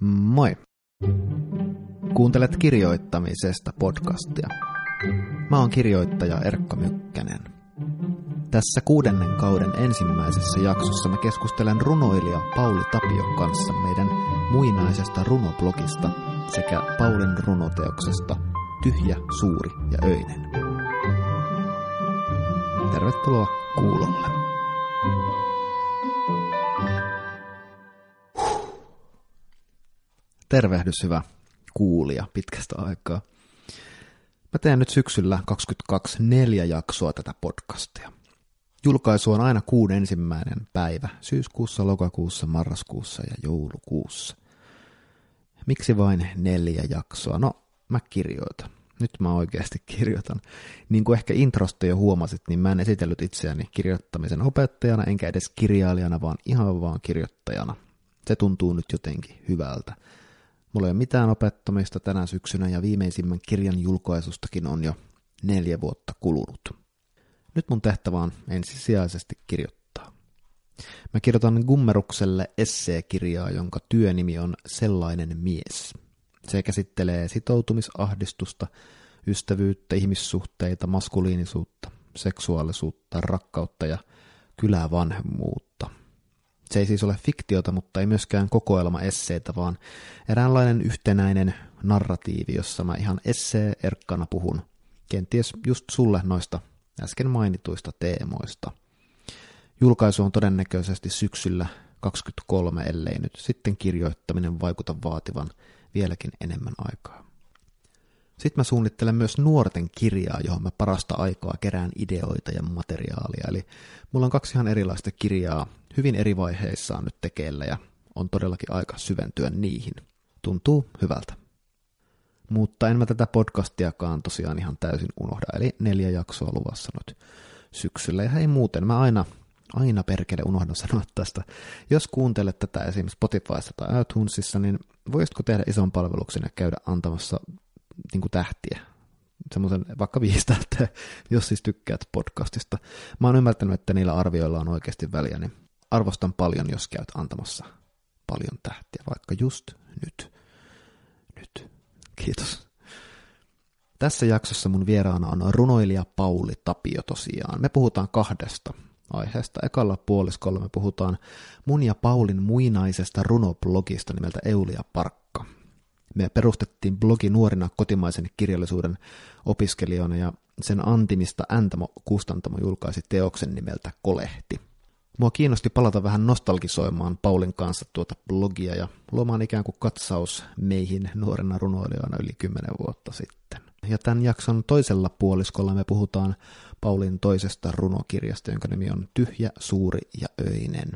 Moi! Kuuntelet kirjoittamisesta podcastia. Mä oon kirjoittaja Erkka Mykkänen. Tässä 6. kauden ensimmäisessä jaksossa mä keskustelen runoilija Pauli Tapion kanssa meidän muinaisesta runoblogista sekä Paulin runoteoksesta Tyhjä, suuri ja öinen. Tervetuloa kuulolle. Tervehdys hyvä kuulija pitkästä aikaa. Mä teen nyt syksyllä 2022 4 jaksoa tätä podcastia. Julkaisu on aina kuun ensimmäinen päivä, syyskuussa, lokakuussa, marraskuussa ja joulukuussa. Miksi vain 4 jaksoa? No, mä kirjoitan. Nyt mä oikeasti kirjoitan. Niin kuin ehkä introsta jo huomasit, niin mä en esitellyt itseäni kirjoittamisen opettajana, enkä edes kirjailijana, vaan ihan vaan kirjoittajana. Se tuntuu nyt jotenkin hyvältä. Mulla ei ole mitään opettamista tänä syksynä ja viimeisimmän kirjan julkaisustakin on jo 4 vuotta kulunut. Nyt mun tehtävä on ensisijaisesti kirjoittaa. Mä kirjoitan Gummerukselle esseekirjaa, jonka työnimi on Sellainen mies. Se käsittelee sitoutumisahdistusta, ystävyyttä, ihmissuhteita, maskuliinisuutta, seksuaalisuutta, rakkautta ja kylävanhemmuutta. Se ei siis ole fiktiota, mutta ei myöskään kokoelma-esseitä, vaan eräänlainen yhtenäinen narratiivi, jossa mä ihan essee-erkkana puhun kenties just sulle noista äsken mainituista teemoista. Julkaisu on todennäköisesti syksyllä 2023, ellei nyt sitten kirjoittaminen vaikuta vaativan vieläkin enemmän aikaa. Sitten mä suunnittelen myös nuorten kirjaa, johon mä parasta aikaa kerään ideoita ja materiaalia. Eli mulla on 2 ihan erilaista kirjaa hyvin eri vaiheissaan nyt tekeillä ja on todellakin aika syventyä niihin. Tuntuu hyvältä. Mutta en mä tätä podcastiakaan tosiaan ihan täysin unohda, eli 4 jaksoa luvassa nyt syksyllä. Ja hei muuten, mä aina perkele unohdan sanoa tästä. Jos kuuntelet tätä esimerkiksi Spotifyssa tai iTunesissa, niin voisitko tehdä ison palveluksen ja käydä antamassa niin kuin tähtiä? Semmoisen vaikka 5 tähteä, jos siis tykkäät podcastista. Mä oon ymmärtänyt, että niillä arvioilla on oikeasti väliä, niin arvostan paljon, jos käyt antamassa paljon tähtiä, vaikka just nyt. Kiitos. Tässä jaksossa mun vieraana on runoilija Pauli Tapio tosiaan. Me puhutaan 2 aiheesta. Ekalla puoliskolla me puhutaan mun ja Paulin muinaisesta runoblogista nimeltä Eulia Parkka. Me perustettiin blogi nuorina kotimaisen kirjallisuuden opiskelijoina ja sen antimista Ääntämo Kustantamo julkaisi teoksen nimeltä Kolehti. Mua kiinnosti palata vähän nostalgisoimaan Paulin kanssa tuota blogia ja luomaan ikään kuin katsaus meihin nuorena runoilijoina yli 10 vuotta sitten. Ja tämän jakson toisella puoliskolla me puhutaan Paulin toisesta runokirjasta, jonka nimi on Tyhjä, suuri ja öinen.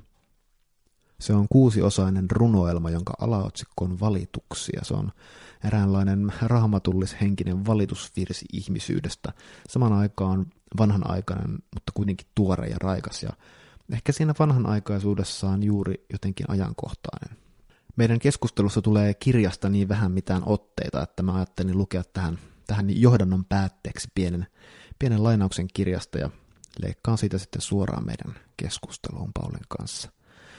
Se on 6-osainen runoelma, jonka alaotsikko on valituksia. Se on eräänlainen raamatullishenkinen valitusvirsi ihmisyydestä. Saman aikaan vanhanaikainen, mutta kuitenkin tuore ja raikas ja ehkä siinä vanhanaikaisuudessaan juuri jotenkin ajankohtainen. Meidän keskustelussa tulee kirjasta niin vähän mitään otteita, että mä ajattelin lukea tähän johdannon päätteeksi pienen lainauksen kirjasta ja leikkaan siitä sitten suoraan meidän keskusteluun Paulin kanssa.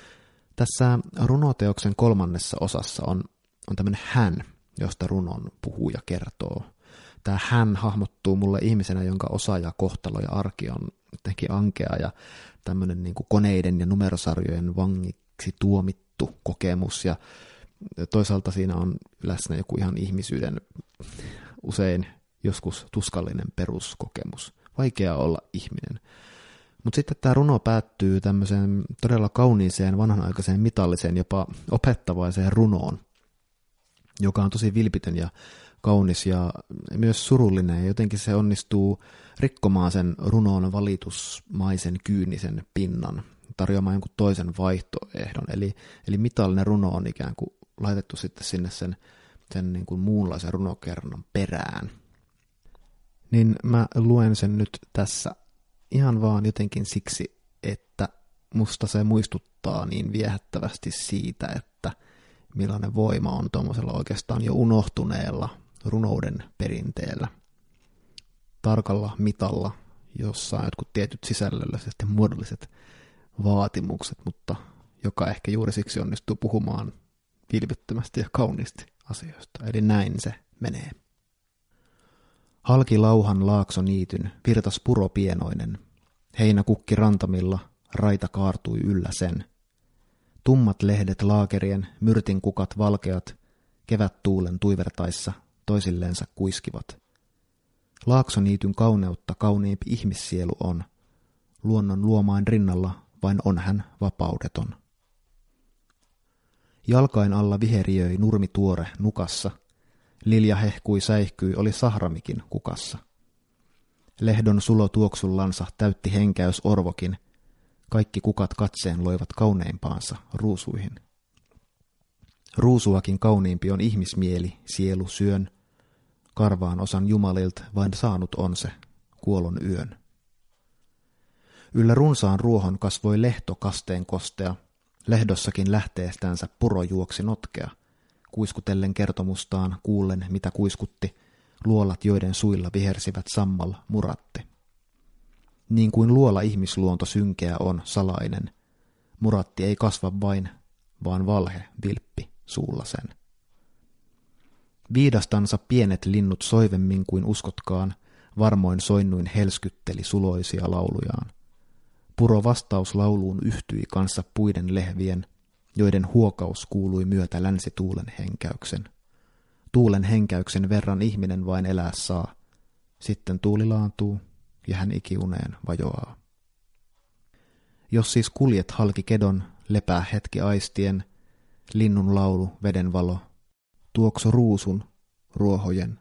Tässä runoteoksen 3. osassa on tämmöinen hän, josta runon puhuja kertoo. Tämä hän hahmottuu mulle ihmisenä, jonka osa ja kohtalo ja arki on jotenkin ankea ja tämmöinen niin kuin koneiden ja numerosarjojen vangiksi tuomittu kokemus ja toisaalta siinä on läsnä joku ihan ihmisyyden usein joskus tuskallinen peruskokemus. Vaikea olla ihminen. Mutta sitten tämä runo päättyy tämmöiseen todella kauniiseen, vanhanaikaiseen, mitalliseen, jopa opettavaiseen runoon, joka on tosi vilpitön ja kaunis ja myös surullinen. Ja jotenkin se onnistuu rikkomaan sen runon valitusmaisen kyynisen pinnan, tarjoamaan jonkun toisen vaihtoehdon. Eli mitallinen runo on ikään kuin laitettu sitten sinne sen niin kuin muunlaisen runokerronnan perään. Niin mä luen sen nyt tässä ihan vaan jotenkin siksi, että musta se muistuttaa niin viehättävästi siitä, että millainen voima on tuommoisella oikeastaan jo unohtuneella runouden perinteellä. Tarkalla mitalla, jossa on jotkut tietyt sisällölliset ja muodolliset vaatimukset, mutta joka ehkä juuri siksi onnistuu puhumaan vilpittömästi ja kauniisti asioista. Eli näin se menee. Halki lauhan laaksoniityn virtas puro pienoinen. Heinäkukki rantamilla, raita kaartui yllä sen. Tummat lehdet laakerien, myrtin kukat valkeat, kevättuulen tuivertaissa toisilleensa kuiskivat. Laaksoniityn kauneutta kauniimpi ihmissielu on. Luonnon luomain rinnalla vain on hän vapaudeton. Jalkain alla viheriöi nurmi tuore nukassa. Lilja hehkui säihkyi, oli sahramikin kukassa. Lehdon sulo tuoksullansa täytti henkäys orvokin. Kaikki kukat katseen loivat kauneimpaansa ruusuihin. Ruusuakin kauniimpi on ihmismieli, sielu syön. Karvaan osan Jumalilt vain saanut on se, kuolon yön. Yllä runsaan ruohon kasvoi lehto kasteen kostea. Lehdossakin lähteestänsä puro juoksi notkea. Kuiskutellen kertomustaan kuullen, mitä kuiskutti, luolat joiden suilla vihersivät sammal muratti. Niin kuin luola ihmisluonto synkeä on salainen, muratti ei kasva vain, vaan valhe vilppi suulla sen. Viidastansa pienet linnut soivemmin kuin uskotkaan, varmoin soinnuin helskytteli suloisia laulujaan. Puro vastauslauluun yhtyi kanssa puiden lehvien, joiden huokaus kuului myötä länsituulen henkäyksen. Tuulen henkäyksen verran ihminen vain elää saa, sitten tuuli laantuu ja hän ikiuneen vajoaa. Jos siis kuljet halki kedon, lepää hetki aistien, linnun laulu, veden valo, tuokso ruusun, ruohojen.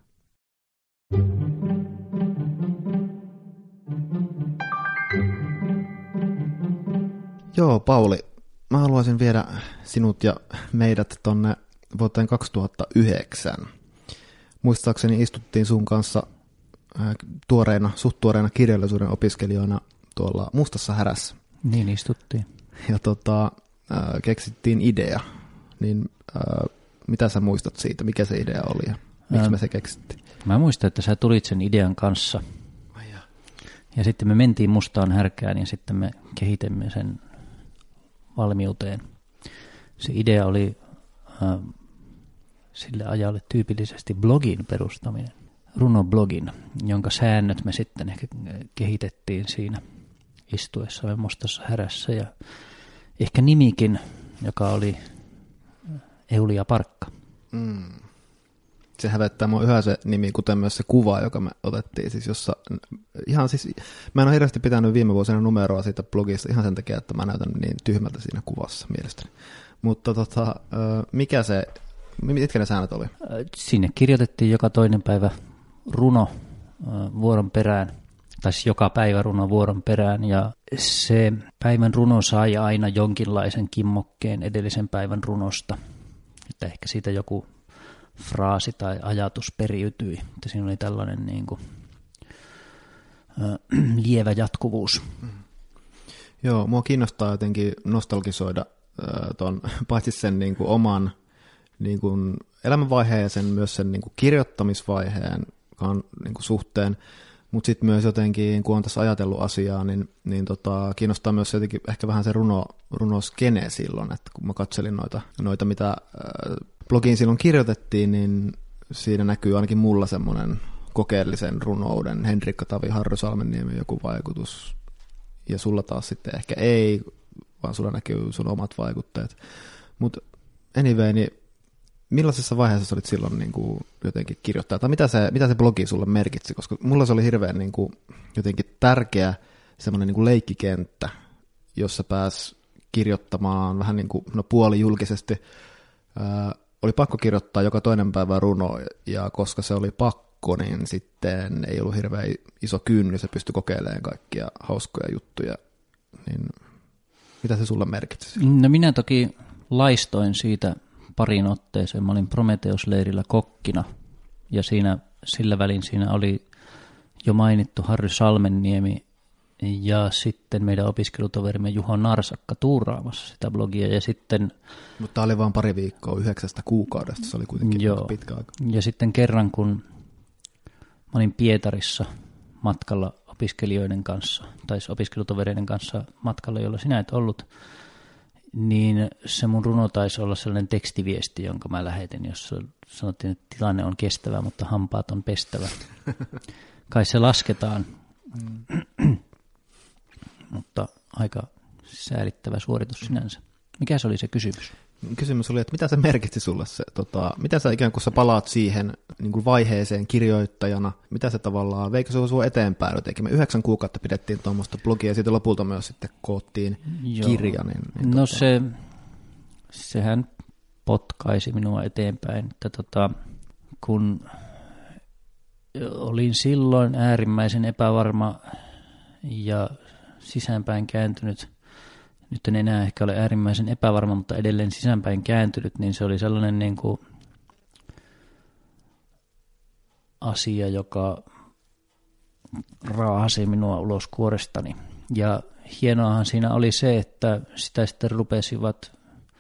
Joo, Pauli, mä haluaisin viedä sinut ja meidät tonne vuoteen 2009. Muistaakseni istuttiin sun kanssa suht tuoreena kirjallisuuden opiskelijoina tuolla Mustassa härässä. Niin istuttiin. Ja keksittiin idea. Niin mitä sä muistat siitä? Mikä se idea oli ja miksi me se keksittiin? Mä muistan, että sä tulit sen idean kanssa. Ja sitten me mentiin Mustaan härkään ja sitten me kehitimme sen valmiuteen. Se idea oli sille ajalle tyypillisesti blogin perustaminen, runoblogin, jonka säännöt me sitten ehkä kehitettiin siinä istuessamme Mustassa härässä. Ja ehkä nimikin, joka oli Eulia Parkka. Se hävettää mua yhä se nimi, kuten myös se kuva, joka me otettiin. Siis mä en ole hirveästi pitänyt viime vuosina numeroa siitä blogista ihan sen takia, että mä näytän niin tyhmältä siinä kuvassa mielestäni. Mutta mitkä ne säännöt oli? Sinne kirjoitettiin joka toinen päivä runo vuoron perään, tai siis joka päivä runo vuoron perään, ja se päivän runo sai aina jonkinlaisen kimmokkeen edellisen päivän runosta, että ehkä siitä joku fraasi tai ajatus periytyi, että siinä oli tällainen niin kuin, lievä jatkuvuus. Joo, mua kiinnostaa jotenkin nostalgisoida paitsi sen niin kuin oman niin kuin elämänvaiheen ja sen myös sen niin kuin kirjoittamisvaiheen niin kuin suhteen, mutta sitten myös jotenkin, kun on tässä ajatellut asiaa, niin kiinnostaa myös jotenkin ehkä vähän se runoskene silloin, että kun mä katselin noita mitä blogiin silloin kirjoitettiin, niin siinä näkyy ainakin mulla semmoinen kokeellisen runouden, Henrikka Tavi, Harry Salmenniemen joku vaikutus, ja sulla taas sitten ehkä ei, vaan sulla näkyy sun omat vaikutteet. Mutta anyway, niin millaisessa vaiheessa sä olit silloin niin kuin jotenkin kirjoittaa, tai mitä se blogi sulle merkitsi, koska mulla se oli hirveän niin kuin jotenkin tärkeä semmoinen niin kuin leikkikenttä, jossa pääsi kirjoittamaan vähän niin kuin puolijulkisesti. Oli pakko kirjoittaa joka toinen päivä runo, ja koska se oli pakko, niin sitten ei ollut hirveän iso kynnys, ja pystyi kokeilemaan kaikkia hauskoja juttuja. Niin mitä se sulle merkitsi? No minä toki laistoin siitä parin otteeseen. Mä olin Prometheus-leirillä kokkina, ja sillä välin siinä oli jo mainittu Harry Salmenniemi ja sitten meidän opiskelutoverimme Juho Narsakka tuuraamassa sitä blogia. Ja sitten, mutta tämä oli vain pari viikkoa 9 kuukaudesta, se oli kuitenkin pitkä aika. Ja sitten kerran, kun mä olin Pietarissa matkalla opiskelijoiden kanssa, tai opiskelutovereiden kanssa matkalla, jolla sinä et ollut, niin se mun runo taisi olla sellainen tekstiviesti, jonka mä lähetin, jossa sanottiin, että tilanne on kestävä, mutta hampaat on pestävä. Kai se lasketaan, mutta aika säälittävä suoritus sinänsä. Mikä se oli se kysymys? Kysymys oli, että mitä se merkitsi sulle se, mitä sä ikään kuin sä palaat siihen niin kuin vaiheeseen kirjoittajana, mitä se tavallaan, veikö se sua eteenpäin jotenkin? Me 9 kuukautta pidettiin tuommoista blogia ja siitä lopulta myös sitten koottiin kirja. No sehän potkaisi minua eteenpäin, että kun olin silloin äärimmäisen epävarma ja sisäänpäin kääntynyt, nyt en enää ehkä ole äärimmäisen epävarma, mutta edelleen sisäänpäin kääntynyt, niin se oli sellainen niin kuin asia, joka raahasi minua ulos kuorestani. Ja hienoahan siinä oli se, että sitä sitten rupesivat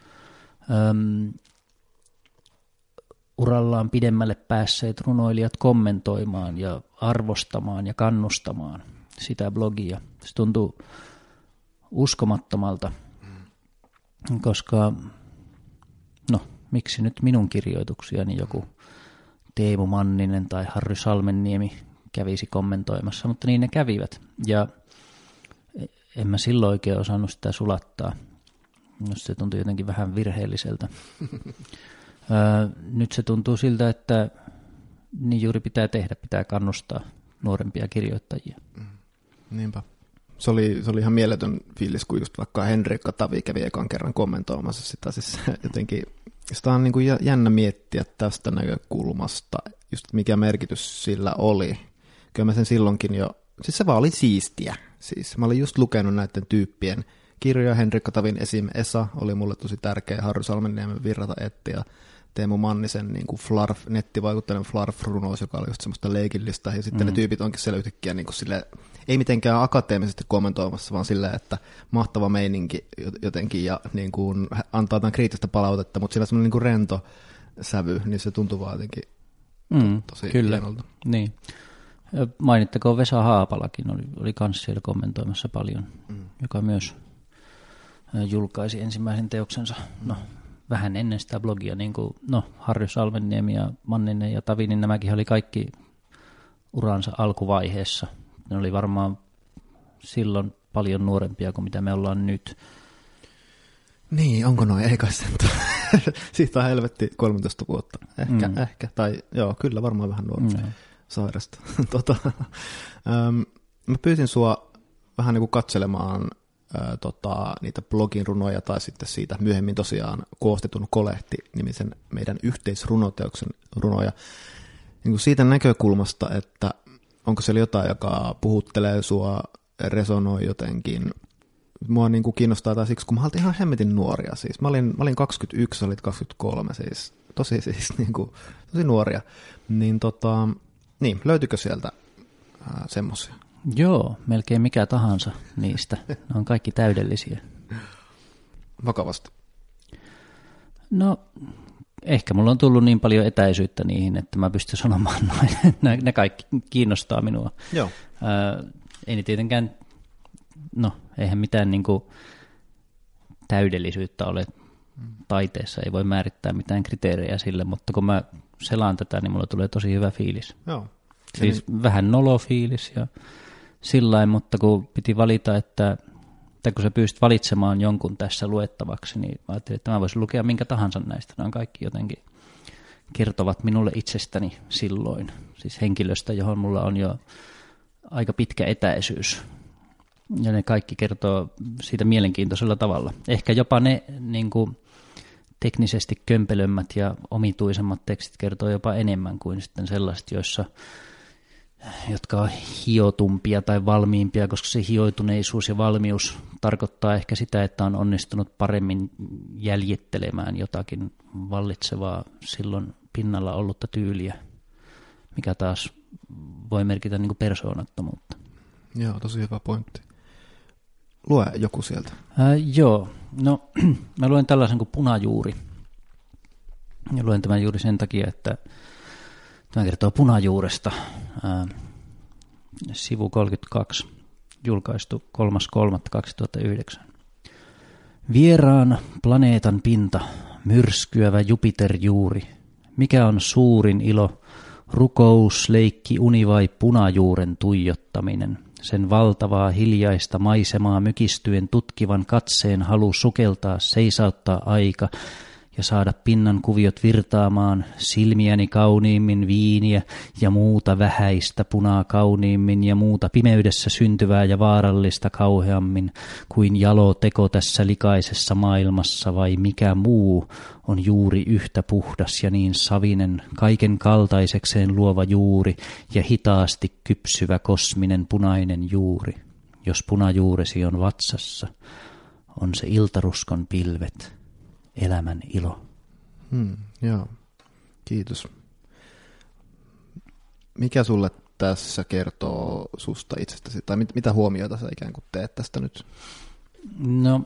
urallaan pidemmälle päässeet runoilijat kommentoimaan ja arvostamaan ja kannustamaan sitä blogia. Se tuntui uskomattomalta, koska miksi nyt minun kirjoituksiani joku Teemu Manninen tai Harry Salmenniemi kävisi kommentoimassa, mutta niin ne kävivät. Ja en mä silloin oikein osannut sitä sulattaa. Se tuntui jotenkin vähän virheelliseltä. Nyt se tuntuu siltä, että niin juuri pitää tehdä, pitää kannustaa nuorempia kirjoittajia. Niinpä. Se oli ihan mieletön fiilis, kun just vaikka Henrikka Tavi kävi ekan kerran kommentoimassa sitä. Siis jotenkin, sitä on niin kuin jännä miettiä tästä näkökulmasta, just mikä merkitys sillä oli. Kyllä mä sen silloinkin jo, siis se vaan oli siistiä. Siis mä olin just lukenut näiden tyyppien kirjoja. Henrikka Tavin esim. Esa oli mulle tosi tärkeä, Harry Salmenniemen Virrata etti ja Teemu Mannisen niin kuin nettivaikutteinen Flarf-runous, joka oli just semmoista leikillistä. Ja sitten ne tyypit onkin siellä yhtäkkiä niin kuin silleen, ei mitenkään akateemisesti kommentoimassa, vaan silleen, että mahtava meininki jotenkin ja niin kuin antaa jotain kriittistä palautetta, mutta sillä semmoinen niin kuin rento sävy, niin se tuntuu vaan jotenkin tosi hienolta. Niin. Mainittakoon Vesa Haapalakin, oli kans siellä kommentoimassa paljon, joka myös julkaisi ensimmäisen teoksensa vähän ennen sitä blogia, niin kuin Harry Salmenniemi ja Manninen ja Tavi, niin nämäkin oli kaikki uransa alkuvaiheessa. Ne oli varmaan silloin paljon nuorempia kuin mitä me ollaan nyt. Niin, onko noin? Ei kai sen. Siitä on helvetti 13 vuotta. Ehkä. Tai joo, kyllä varmaan vähän nuorempi sairasta. Mä pyysin sua vähän niin kuin katselemaan niitä blogin runoja tai sitten siitä myöhemmin tosiaan koostetun Kolehti-nimisen meidän yhteisrunoteoksen runoja. Niin kuin siitä näkökulmasta, että onko siellä jotain, joka puhuttelee sua, resonoi jotenkin. Mua niin kuin kiinnostaa tai siksi, kun mä olin ihan hemmetin nuoria. Siis. Mä olin 21, olit 23, siis tosi nuoria. Niin, löytyykö sieltä semmoisia? Joo, melkein mikä tahansa niistä. Ne on kaikki täydellisiä. Vakavasti? No, ehkä mulla on tullut niin paljon etäisyyttä niihin, että mä pystyn sanomaan noin. Ne kaikki kiinnostaa minua. Joo. Ei ne tietenkään, eihän mitään niin kuin täydellisyyttä ole taiteessa. Ei voi määrittää mitään kriteerejä sille, mutta kun mä selaan tätä, niin mulla tulee tosi hyvä fiilis. Joo. Siis vähän nolofiilis ja sillain, mutta kun piti valita, että kun sä pyysit valitsemaan jonkun tässä luettavaksi, niin mä ajattelin, että mä voisin lukea minkä tahansa näistä. Nämä kaikki jotenkin kertovat minulle itsestäni silloin. Siis henkilöstä, johon mulla on jo aika pitkä etäisyys. Ja ne kaikki kertoo siitä mielenkiintoisella tavalla. Ehkä jopa ne niin kuin teknisesti kömpelömmät ja omituisemmat tekstit kertoo jopa enemmän kuin sitten sellaiset, jotka on hiotumpia tai valmiimpia, koska se hioituneisuus ja valmius tarkoittaa ehkä sitä, että on onnistunut paremmin jäljittelemään jotakin vallitsevaa silloin pinnalla ollutta tyyliä, mikä taas voi merkitä niin kuin persoonattomuutta. Joo, tosi hyvä pointti. Lue joku sieltä. Joo, no mä luen tällaisen kuin Punajuuri. Ja luen tämän juuri sen takia, että tämä kertoo punajuuresta. Sivu 32, julkaistu 3.3.2009. Vieraan planeetan pinta, myrskyävä Jupiterjuuri. Mikä on suurin ilo, rukous, leikki, uni vai punajuuren tuijottaminen? Sen valtavaa hiljaista maisemaa mykistyen tutkivan katseen halu sukeltaa, seisauttaa aika ja saada pinnan kuviot virtaamaan, silmiäni kauniimmin viiniä ja muuta vähäistä punaa kauniimmin ja muuta pimeydessä syntyvää ja vaarallista kauheammin kuin jalo teko tässä likaisessa maailmassa, vai mikä muu on juuri yhtä puhdas ja niin savinen, kaiken kaltaisekseen luova juuri ja hitaasti kypsyvä kosminen punainen juuri. Jos punajuuresi on vatsassa, on se iltaruskon pilvet, elämän ilo. Joo, kiitos. Mikä sulle tässä kertoo susta itsestäsi, tai mitä huomioita sä ikään kuin teet tästä nyt? No,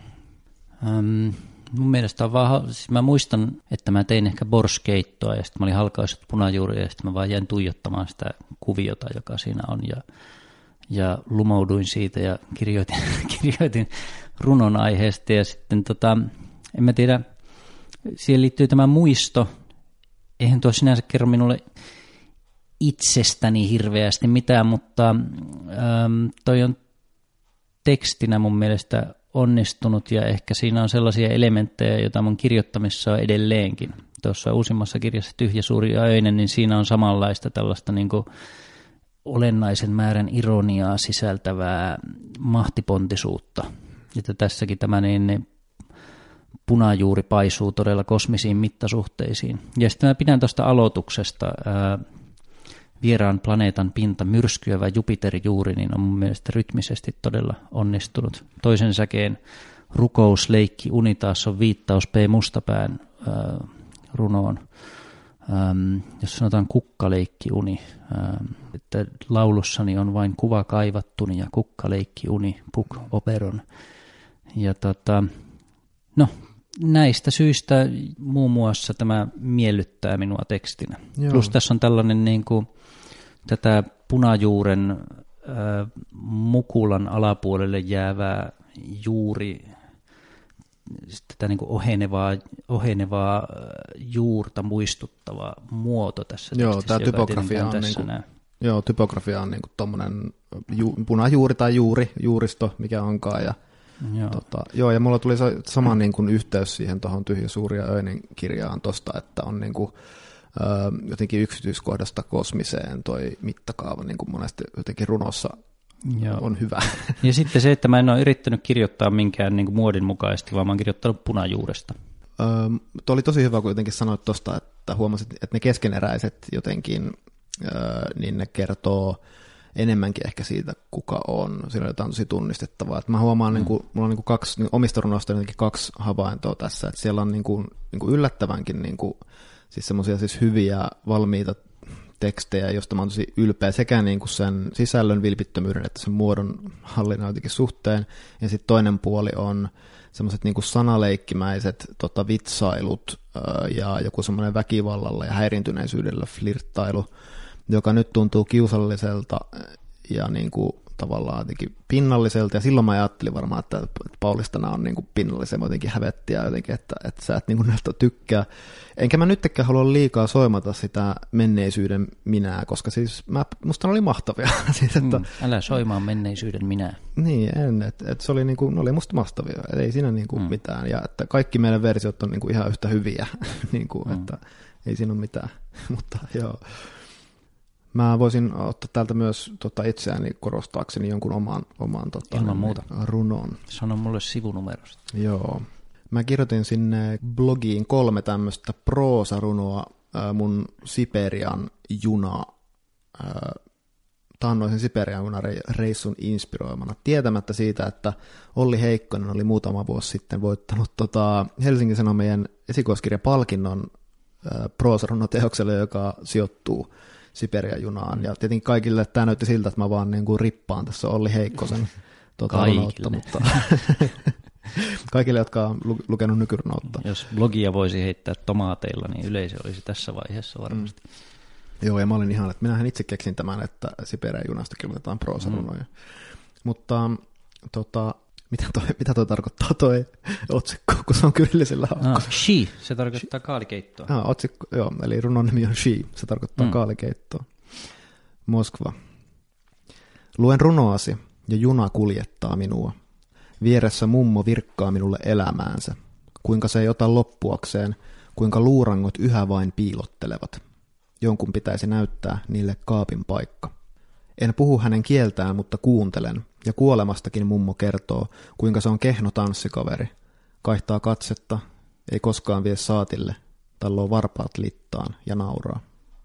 mun mielestä on vaan, siis mä muistan, että mä tein ehkä borskeittoa ja sitten mä olin halkaissut punajuuria ja sitten mä vaan jäin tuijottamaan sitä kuviota, joka siinä on ja lumouduin siitä ja kirjoitin runon aiheesta ja sitten en mä tiedä, siihen liittyy tämä muisto. Eihän tuo sinänsä kerro minulle itsestäni hirveästi mitään, mutta toi on tekstinä mun mielestä onnistunut ja ehkä siinä on sellaisia elementtejä, joita mun kirjoittamissa on edelleenkin. Tuossa uusimmassa kirjassa Tyhjä suuri ja öinen, niin siinä on samanlaista tällaista niin kuin olennaisen määrän ironiaa sisältävää mahtipontisuutta. Että tässäkin tämä niin punajuuri paisuu todella kosmisiin mittasuhteisiin. Ja sitten mä pidän tuosta aloituksesta, vieraan planeetan pinta, myrskyävä Jupiterjuuri, niin on mun mielestä rytmisesti todella onnistunut. Toisen säkeen rukous, leikki, uni taas on viittaus P. Mustapään runoon, jos sanotaan kukkaleikki, uni, että laulussani on vain kuva kaivattuni ja kukkaleikki, uni, puk, operon. Ja no, näistä syistä muun muassa tämä miellyttää minua tekstinä. Joo. Plus tässä on tällainen niin kuin, tätä punajuuren mukulan alapuolelle jäävää juuri, tätä niin kuin ohenevaa juurta muistuttava muoto tässä tekstissä. Joo, tämä typografia on, typografia on niin kuin tommoinen punajuuri tai juuristo, mikä onkaan, ja ja mulla tuli sama niin kuin yhteys siihen tuohon Tyhjä suuri ja öinen -kirjaan tosta, että on niin kuin, jotenkin yksityiskohdasta kosmiseen toi mittakaava niin kuin monesti jotenkin runossa on hyvä. Ja sitten se, että mä en ole yrittänyt kirjoittaa minkään niin kuin muodin mukaisesti, vaan mä oon kirjoittanut punajuuresta. Tuo oli tosi hyvä, kun jotenkin sanoit tuosta, että huomasit, että ne keskeneräiset jotenkin, niin ne kertoo enemmänkin ehkä siitä, kuka on. Siinä on jotain tosi tunnistettavaa. Että mä huomaan, niin kuin, mulla on niin kuin omista runoista kaksi havaintoa tässä. Että siellä on niin kuin yllättävänkin niin kuin, siis semmoisia siis hyviä, valmiita tekstejä, josta mä oon tosi ylpeä sekä niin kuin sen sisällön vilpittömyyden että sen muodon hallinnan jotenkin suhteen. Ja sitten toinen puoli on semmoiset niin kuin sanaleikkimäiset vitsailut ja joku semmoinen väkivallalla ja häiriintyneisyydellä flirttailu, joka nyt tuntuu kiusalliselta ja niin kuin tavallaan jotenkin pinnalliselta. Ja silloin mä ajattelin varmaan, että Paulista nämä on niin kuin pinnallisia, jotenkin hävettiä jotenkin, että sä et niin kuin näistä tykkää. Enkä mä nyttekään halua liikaa soimata sitä menneisyyden minää, koska siis musta ne oli mahtavia. Siis, että, älä soimaan menneisyyden minää. Niin, että se oli, niin kuin, ne oli musta mahtavia, et ei siinä niin kuin mitään. Ja että kaikki meidän versiot on niin kuin ihan yhtä hyviä, niin kuin, että ei siinä ole mitään. Mutta joo. Mä voisin ottaa täältä myös itseäni korostaakseni jonkun oman runon. Sano mulle sivunumerosta. Joo. Mä kirjoitin sinne blogiin 3 tämmöistä proosarunoa mun Siperian juna, taannoisen Siperian junareissun inspiroimana, tietämättä siitä, että Olli Heikkonen oli muutama vuosi sitten voittanut Helsingin Sanomien esikoiskirjapalkinnon proosarunoteokselle, joka sijoittuu Siperian junaan. Ja tietenkin kaikille tämä näytti siltä, että mä vaan niin kuin rippaan tässä Olli Heikkosen runoutta, mutta kaikille, jotka on lukenut nykyrunoutta. Jos blogia voisi heittää tomaateilla, niin yleisö olisi tässä vaiheessa varmasti. Joo, ja mä olin ihan, että minähän itse keksin tämän, että Siperian junasta kirjoitetaan proosarunoja. Mutta Mitä toi tarkoittaa toi otsikko, kun se on kyrillisellä hauska? She, se tarkoittaa kaalikeittoa. Otsikko, joo, eli runon nimi on She, se tarkoittaa kaalikeittoa. Moskva. Luen runoasi ja juna kuljettaa minua. Vieressä mummo virkkaa minulle elämäänsä. Kuinka se ei ota loppuakseen, kuinka luurangot yhä vain piilottelevat. Jonkun pitäisi näyttää niille kaapin paikka. En puhu hänen kieltään, mutta kuuntelen, ja kuolemastakin mummo kertoo, kuinka se on kehno tanssikaveri. Kaihtaa katsetta, ei koskaan vie saatille, talloo varpaat littaan ja nauraa.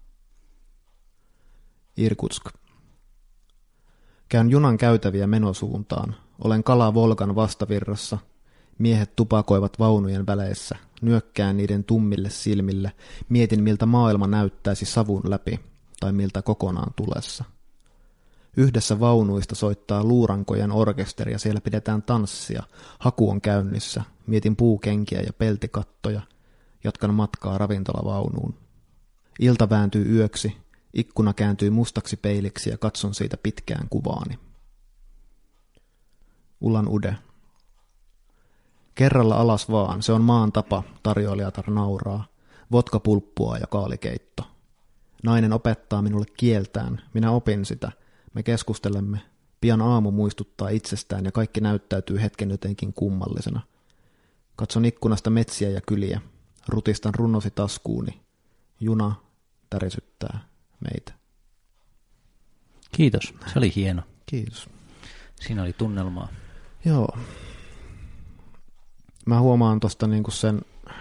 Irkutsk. Käyn junan käytäviä menosuuntaan. Olen kala Volgan vastavirrassa. Miehet tupakoivat vaunujen väleissä. Nyökkään niiden tummille silmille. Mietin, miltä maailma näyttäisi savun läpi, tai miltä kokonaan tulessa. Yhdessä vaunuista soittaa luurankojen orkesteri ja siellä pidetään tanssia. Haku on käynnissä. Mietin puukenkiä ja peltikattoja. Jatkan matkaa ravintolavaunuun. Ilta vääntyy yöksi. Ikkuna kääntyy mustaksi peiliksi ja katson siitä pitkään kuvaani. Ulan Ude. Kerralla alas vaan, se on maan tapa, tarjoilijatar nauraa. Vodkapulppua ja kaalikeitto. Nainen opettaa minulle kieltään, minä opin sitä. Me keskustelemme. Pian aamu muistuttaa itsestään ja kaikki näyttäytyy hetken jotenkin kummallisena. Katson ikkunasta metsiä ja kyliä. Rutistan runosi taskuuni. Juna tärisyttää meitä. Kiitos, se oli hieno. Kiitos. Siinä oli tunnelmaa. Joo. Mä huomaan tosta niinku sen,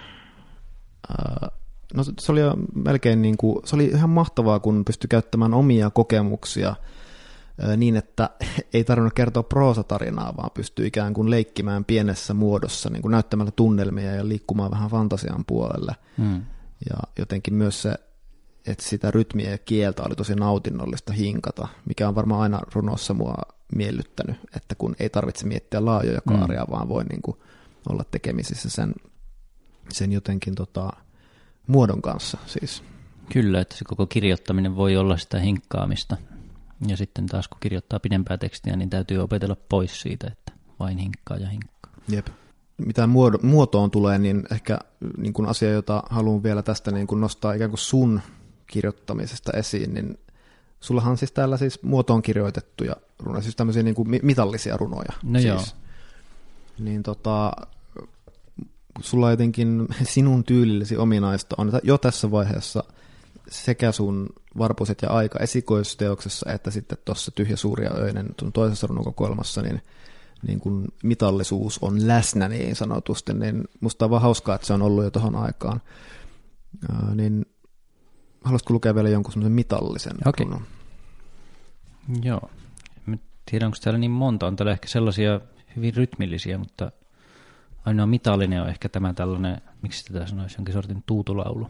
no se oli melkein niinku, se oli ihan mahtavaa, kun pystyi käyttämään omia kokemuksia niin, että ei tarvinnut kertoa proosatarinaa, vaan pystyi ikään kuin leikkimään pienessä muodossa, niin kuin näyttämällä tunnelmia ja liikkumaan vähän fantasian puolelle. Ja jotenkin myös se, että sitä rytmiä ja kieltä oli tosi nautinnollista hinkata, mikä on varmaan aina runossa mua miellyttänyt, että kun ei tarvitse miettiä laajoja kaaria, vaan voi niin kuin olla tekemisissä sen jotenkin muodon kanssa siis. Kyllä, että se koko kirjoittaminen voi olla sitä hinkkaamista. Ja sitten taas kun kirjoittaa pidempää tekstiä, niin täytyy opetella pois siitä, että vain hinkkaa ja hinkkaa. Jep. Mitä muotoon tulee, niin ehkä niin kuin asia, jota haluan vielä tästä niin kuin nostaa ikään kuin sun kirjoittamisesta esiin, niin sullahan siis täällä siis muotoon kirjoitettuja runoja, siis tämmöisiä niin kuin mitallisia runoja. No siis. Joo. Niin sulla jotenkin sinun tyylillesi ominaista on jo tässä vaiheessa sekä sun Varpuset ja aika esikoisteoksessa, että sitten tuossa Tyhjä suuri ja öinen toisessa runokokoelmassa, niin kun mitallisuus on läsnä niin sanotusti, niin musta on vaan hauskaa, että se on ollut jo tuohon aikaan. Niin haluaisitko lukea vielä jonkun semmoisen mitallisen runon? Joo. En tiedä, onko täällä niin monta. On täällä ehkä sellaisia hyvin rytmillisiä, mutta ainoa mitallinen on ehkä tämä tällainen, miksi tätä sanoisi, jonkin sortin tuutulaulu.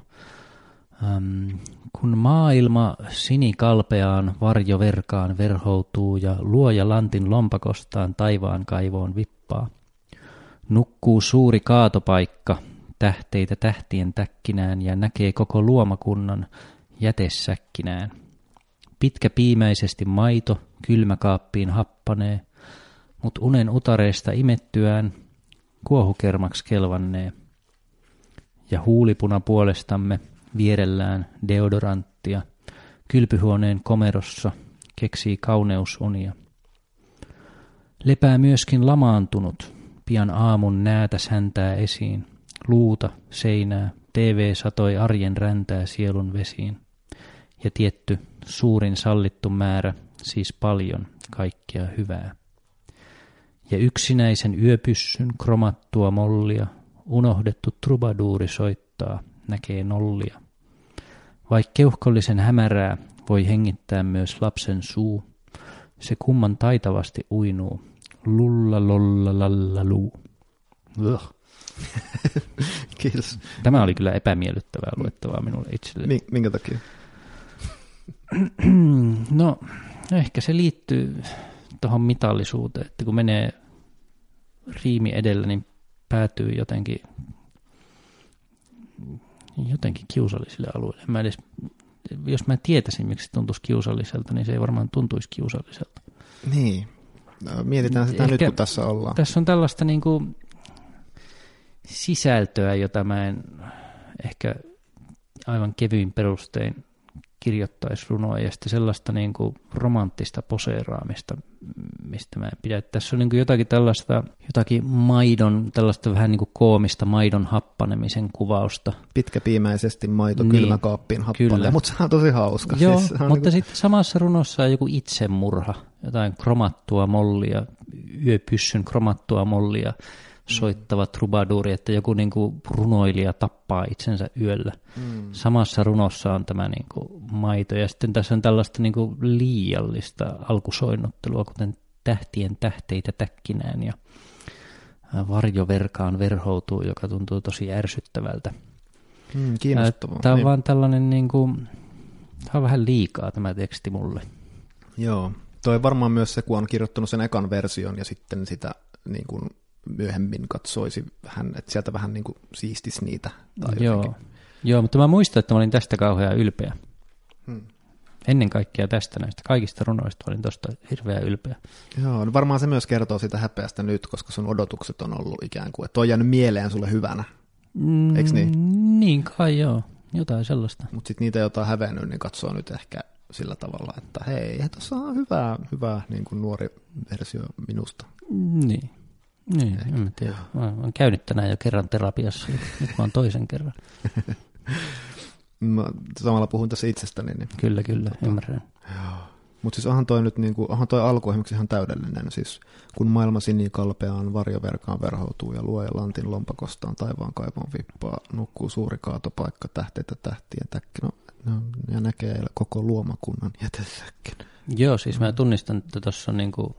Kun maailma sinikalpeaan varjoverkaan verhoutuu ja luoja lantin lompakostaan taivaan kaivoon vippaa, nukkuu suuri kaatopaikka tähteitä tähtien täkkinään ja näkee koko luomakunnan jätesäkkinään. Pitkäpiimäisesti maito kylmäkaappiin happanee, mut unen utareesta imettyään kuohukermaksi kelvannee. Ja huulipuna puolestamme vierellään deodoranttia, kylpyhuoneen komerossa keksii kauneusunia. Lepää myöskin lamaantunut, pian aamun näätä säntää esiin, luuta, seinää, TV satoi arjen räntää sielun vesiin. Ja tietty suurin sallittu määrä, siis paljon kaikkea hyvää. Ja yksinäisen yöpyssyn kromattua mollia, unohdettu trubaduuri soittaa, näkee nollia. Vaik keuhkollisen hämärää voi hengittää myös lapsen suu, se kumman taitavasti uinuu, lulla lolla lalla luu. Kiitos. Tämä oli kyllä epämiellyttävää luettavaa minulle itselleni. Minkä takia? No, ehkä se liittyy tuohon mitallisuuteen, että kun menee riimi edellä, niin päätyy jotenkin kiusallisille alueille. Jos mä tietäisin, miksi se tuntuisi kiusalliselta, niin se ei varmaan tuntuisi kiusalliselta. Niin. Mietitään sitä nyt, kun tässä ollaan. Tässä on tällaista niin kuin sisältöä, jota mä en ehkä aivan kevyin perustein kirjoittaisi runoa, ja sitten sellaista niin kuin romanttista poseeraamista, mistä mä en pidä. Tässä on niin kuin jotakin maidon, tällaista vähän niin kuin koomista maidon happanemisen kuvausta. Pitkäpiimäisesti maito kylmäkaappiin happanee, mutta se on tosi hauska. Joo, siis mutta niin sitten samassa runossa on joku itsemurha, jotain kromattua mollia, yöpyssyn kromattua mollia soittava trubaduuri, että joku niin kuin runoilija tappaa itsensä yöllä. Samassa runossa on tämä niin kuin maito, ja sitten tässä on tällaista niin kuin liiallista alkusoinnuttelua, kuten tähtien tähteitä täkkinään, ja varjoverkaan verhoutuu, joka tuntuu tosi ärsyttävältä. Kiinnostavaa. Tämä on vaan tällainen, niin kuin, tämä on vähän liikaa tämä teksti mulle. Joo, toi varmaan myös se, kun on kirjoittanut sen ekan version, ja sitten sitä niin kuin myöhemmin katsoisi vähän, että sieltä vähän niin kuin siistisi niitä. Tai Joo, mutta mä muistan, että mä olin tästä kauhean ylpeä. Ennen kaikkea tästä näistä kaikista runoista olin tosta hirveän ylpeä. Joo, no varmaan se myös kertoo siitä häpeästä nyt, koska sun odotukset on ollut ikään kuin, että on jäänyt mieleen sulle hyvänä. Eikö niin? Niin kai joo, jotain sellaista. Mutta sitten niitä, joita on hävennyt, niin katsoo nyt ehkä sillä tavalla, että hei, tuossa on hyvä niin kuin nuori versio minusta. Niin, en tiedä. Mä oon käynyt tänään jo kerran terapiassa, nyt mä oon toisen kerran. Mä samalla puhun tässä itsestäni. Niin. Kyllä, ymmärrän. Mutta siis onhan toi nyt onhan toi alku esimerkiksi ihan täydellinen. Siis kun maailma sinikalpeaan varjoverkaan verhoutuu ja luoja lantin lompakostaan taivaan kaivoon vippaa, nukkuu suuri kaatopaikka tähteitä tähtien täkki. Ja näkee koko luomakunnan jätesäkkin. Joo, siis mä tunnistan, että tuossa on niinku,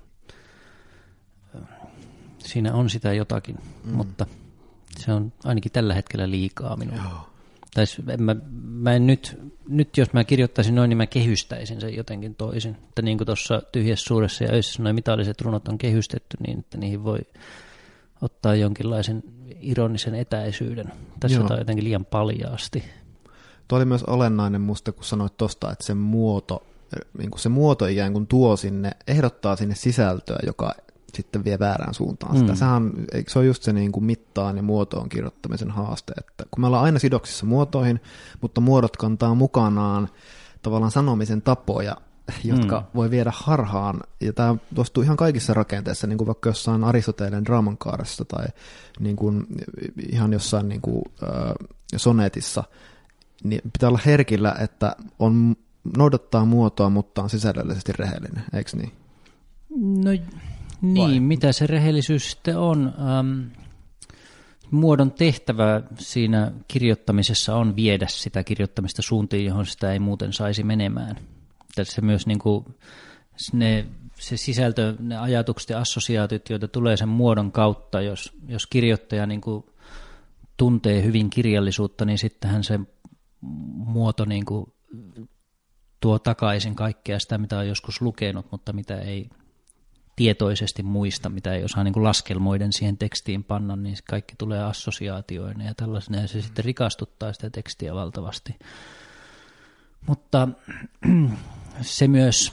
siinä on sitä jotakin, mutta se on ainakin tällä hetkellä liikaa minulle. Mä en nyt jos mä kirjoittaisin noin, niin mä kehystäisin sen jotenkin toisin. Että niin kuin tuossa Tyhjässä suuressa ja öissä noin mitalliset runot on kehystetty, niin että niihin voi ottaa jonkinlaisen ironisen etäisyyden. Tässä on jotenkin liian paljaasti. Tuo oli myös olennainen musta, kun sanoit tuosta, että se muoto ikään kuin tuo sinne, ehdottaa sinne sisältöä, joka sitten vie väärään suuntaan sitä. Se on just se niin kuin mittaan ja muotoon kirjoittamisen haaste, että kun me ollaan aina sidoksissa muotoihin, mutta muodot kantaa mukanaan tavallaan sanomisen tapoja, jotka voi viedä harhaan, ja tämä tuostuu ihan kaikissa rakenteissa, niin kuin vaikka jossain Aristoteleen draamankaaressa tai niin kuin ihan jossain niin kuin, sonetissa, niin pitää olla herkillä, että noudattaa muotoa, mutta on sisällöllisesti rehellinen, eikö niin? No niin, mitä se rehellisyys sitten on? Muodon tehtävä siinä kirjoittamisessa on viedä sitä kirjoittamista suuntiin, johon sitä ei muuten saisi menemään. Tässä myös niin kuin se sisältö, ne ajatukset ja assosiaatiot, joita tulee sen muodon kautta, jos kirjoittaja niin kuin tuntee hyvin kirjallisuutta, niin sittenhän se muoto niin kuin tuo takaisin kaikkea sitä, mitä on joskus lukenut, mutta mitä ei tietoisesti muista, mitä ei osaa niin kuin laskelmoiden siihen tekstiin panna, niin kaikki tulee assosiaatioina ja tällaisena, ja se sitten rikastuttaa sitä tekstiä valtavasti. Mutta se myös,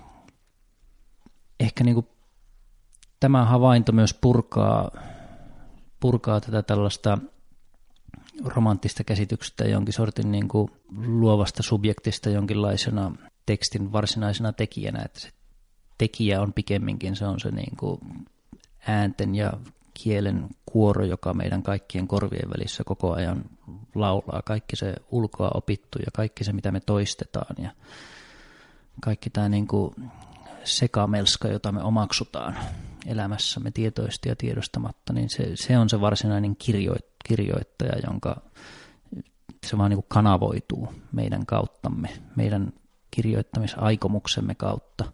ehkä niin kuin tämä havainto myös purkaa tätä tällaista romanttista käsityksestä jonkin sortin niin kuin luovasta subjektista jonkinlaisena tekstin varsinaisena tekijänä, että se tekijä on pikemminkin, se on se niin kuin äänten ja kielen kuoro, joka meidän kaikkien korvien välissä koko ajan laulaa. Kaikki se ulkoa opittu ja kaikki se, mitä me toistetaan ja kaikki tämä niin kuin sekamelska, jota me omaksutaan elämässämme tietoisesti ja tiedostamatta, niin se on se varsinainen kirjoittaja, jonka se vaan niin kuin kanavoituu meidän kauttamme, meidän kirjoittamisaikomuksemme kautta.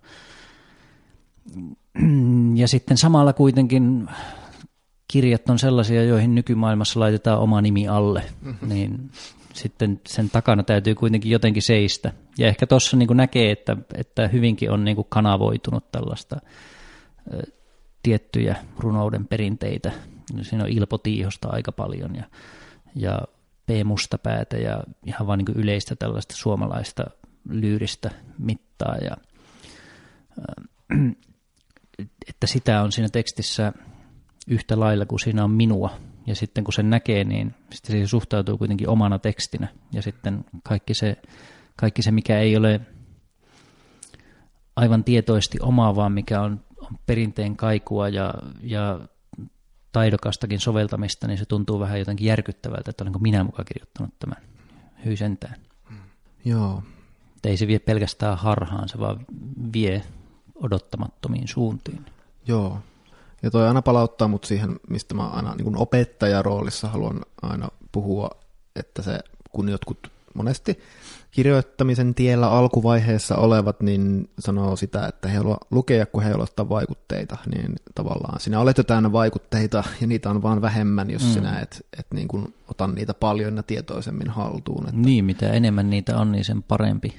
Ja sitten samalla kuitenkin kirjat on sellaisia, joihin nykymaailmassa laitetaan oma nimi alle, niin sitten sen takana täytyy kuitenkin jotenkin seistä. Ja ehkä tuossa niin kuin näkee, että hyvinkin on niin kuin kanavoitunut tällaista tiettyjä runouden perinteitä. Siinä on Ilpo Tiihosta aika paljon ja P. Mustapäätä ja ihan vaan niin kuin yleistä tällaista suomalaista lyyristä mittaa. Ja että sitä on siinä tekstissä yhtä lailla kuin siinä on minua. Ja sitten kun sen näkee, niin sitten se suhtautuu kuitenkin omana tekstinä. Ja sitten kaikki se mikä ei ole aivan tietoisesti omaa, vaan mikä on perinteen kaikua ja taidokastakin soveltamista, niin se tuntuu vähän jotenkin järkyttävältä, että olenko minä mukaan kirjoittanut tämän hyysentään. Joo. Ei se vie pelkästään harhaan, se vaan vie odottamattomiin suuntiin. Joo. Ja toi aina palauttaa mut siihen, mistä mä aina niin kuin opettajaroolissa haluan aina puhua, että se, kun jotkut monesti kirjoittamisen tiellä alkuvaiheessa olevat, niin sanoo sitä, että he haluaa lukea, kun he haluaa ottaa vaikutteita, niin tavallaan sinä olet jo täynnä vaikutteita, ja niitä on vaan vähemmän, jos sinä et niin kuin ota niitä paljon ja tietoisemmin haltuun. Että... Niin, mitä enemmän niitä on, niin sen parempi.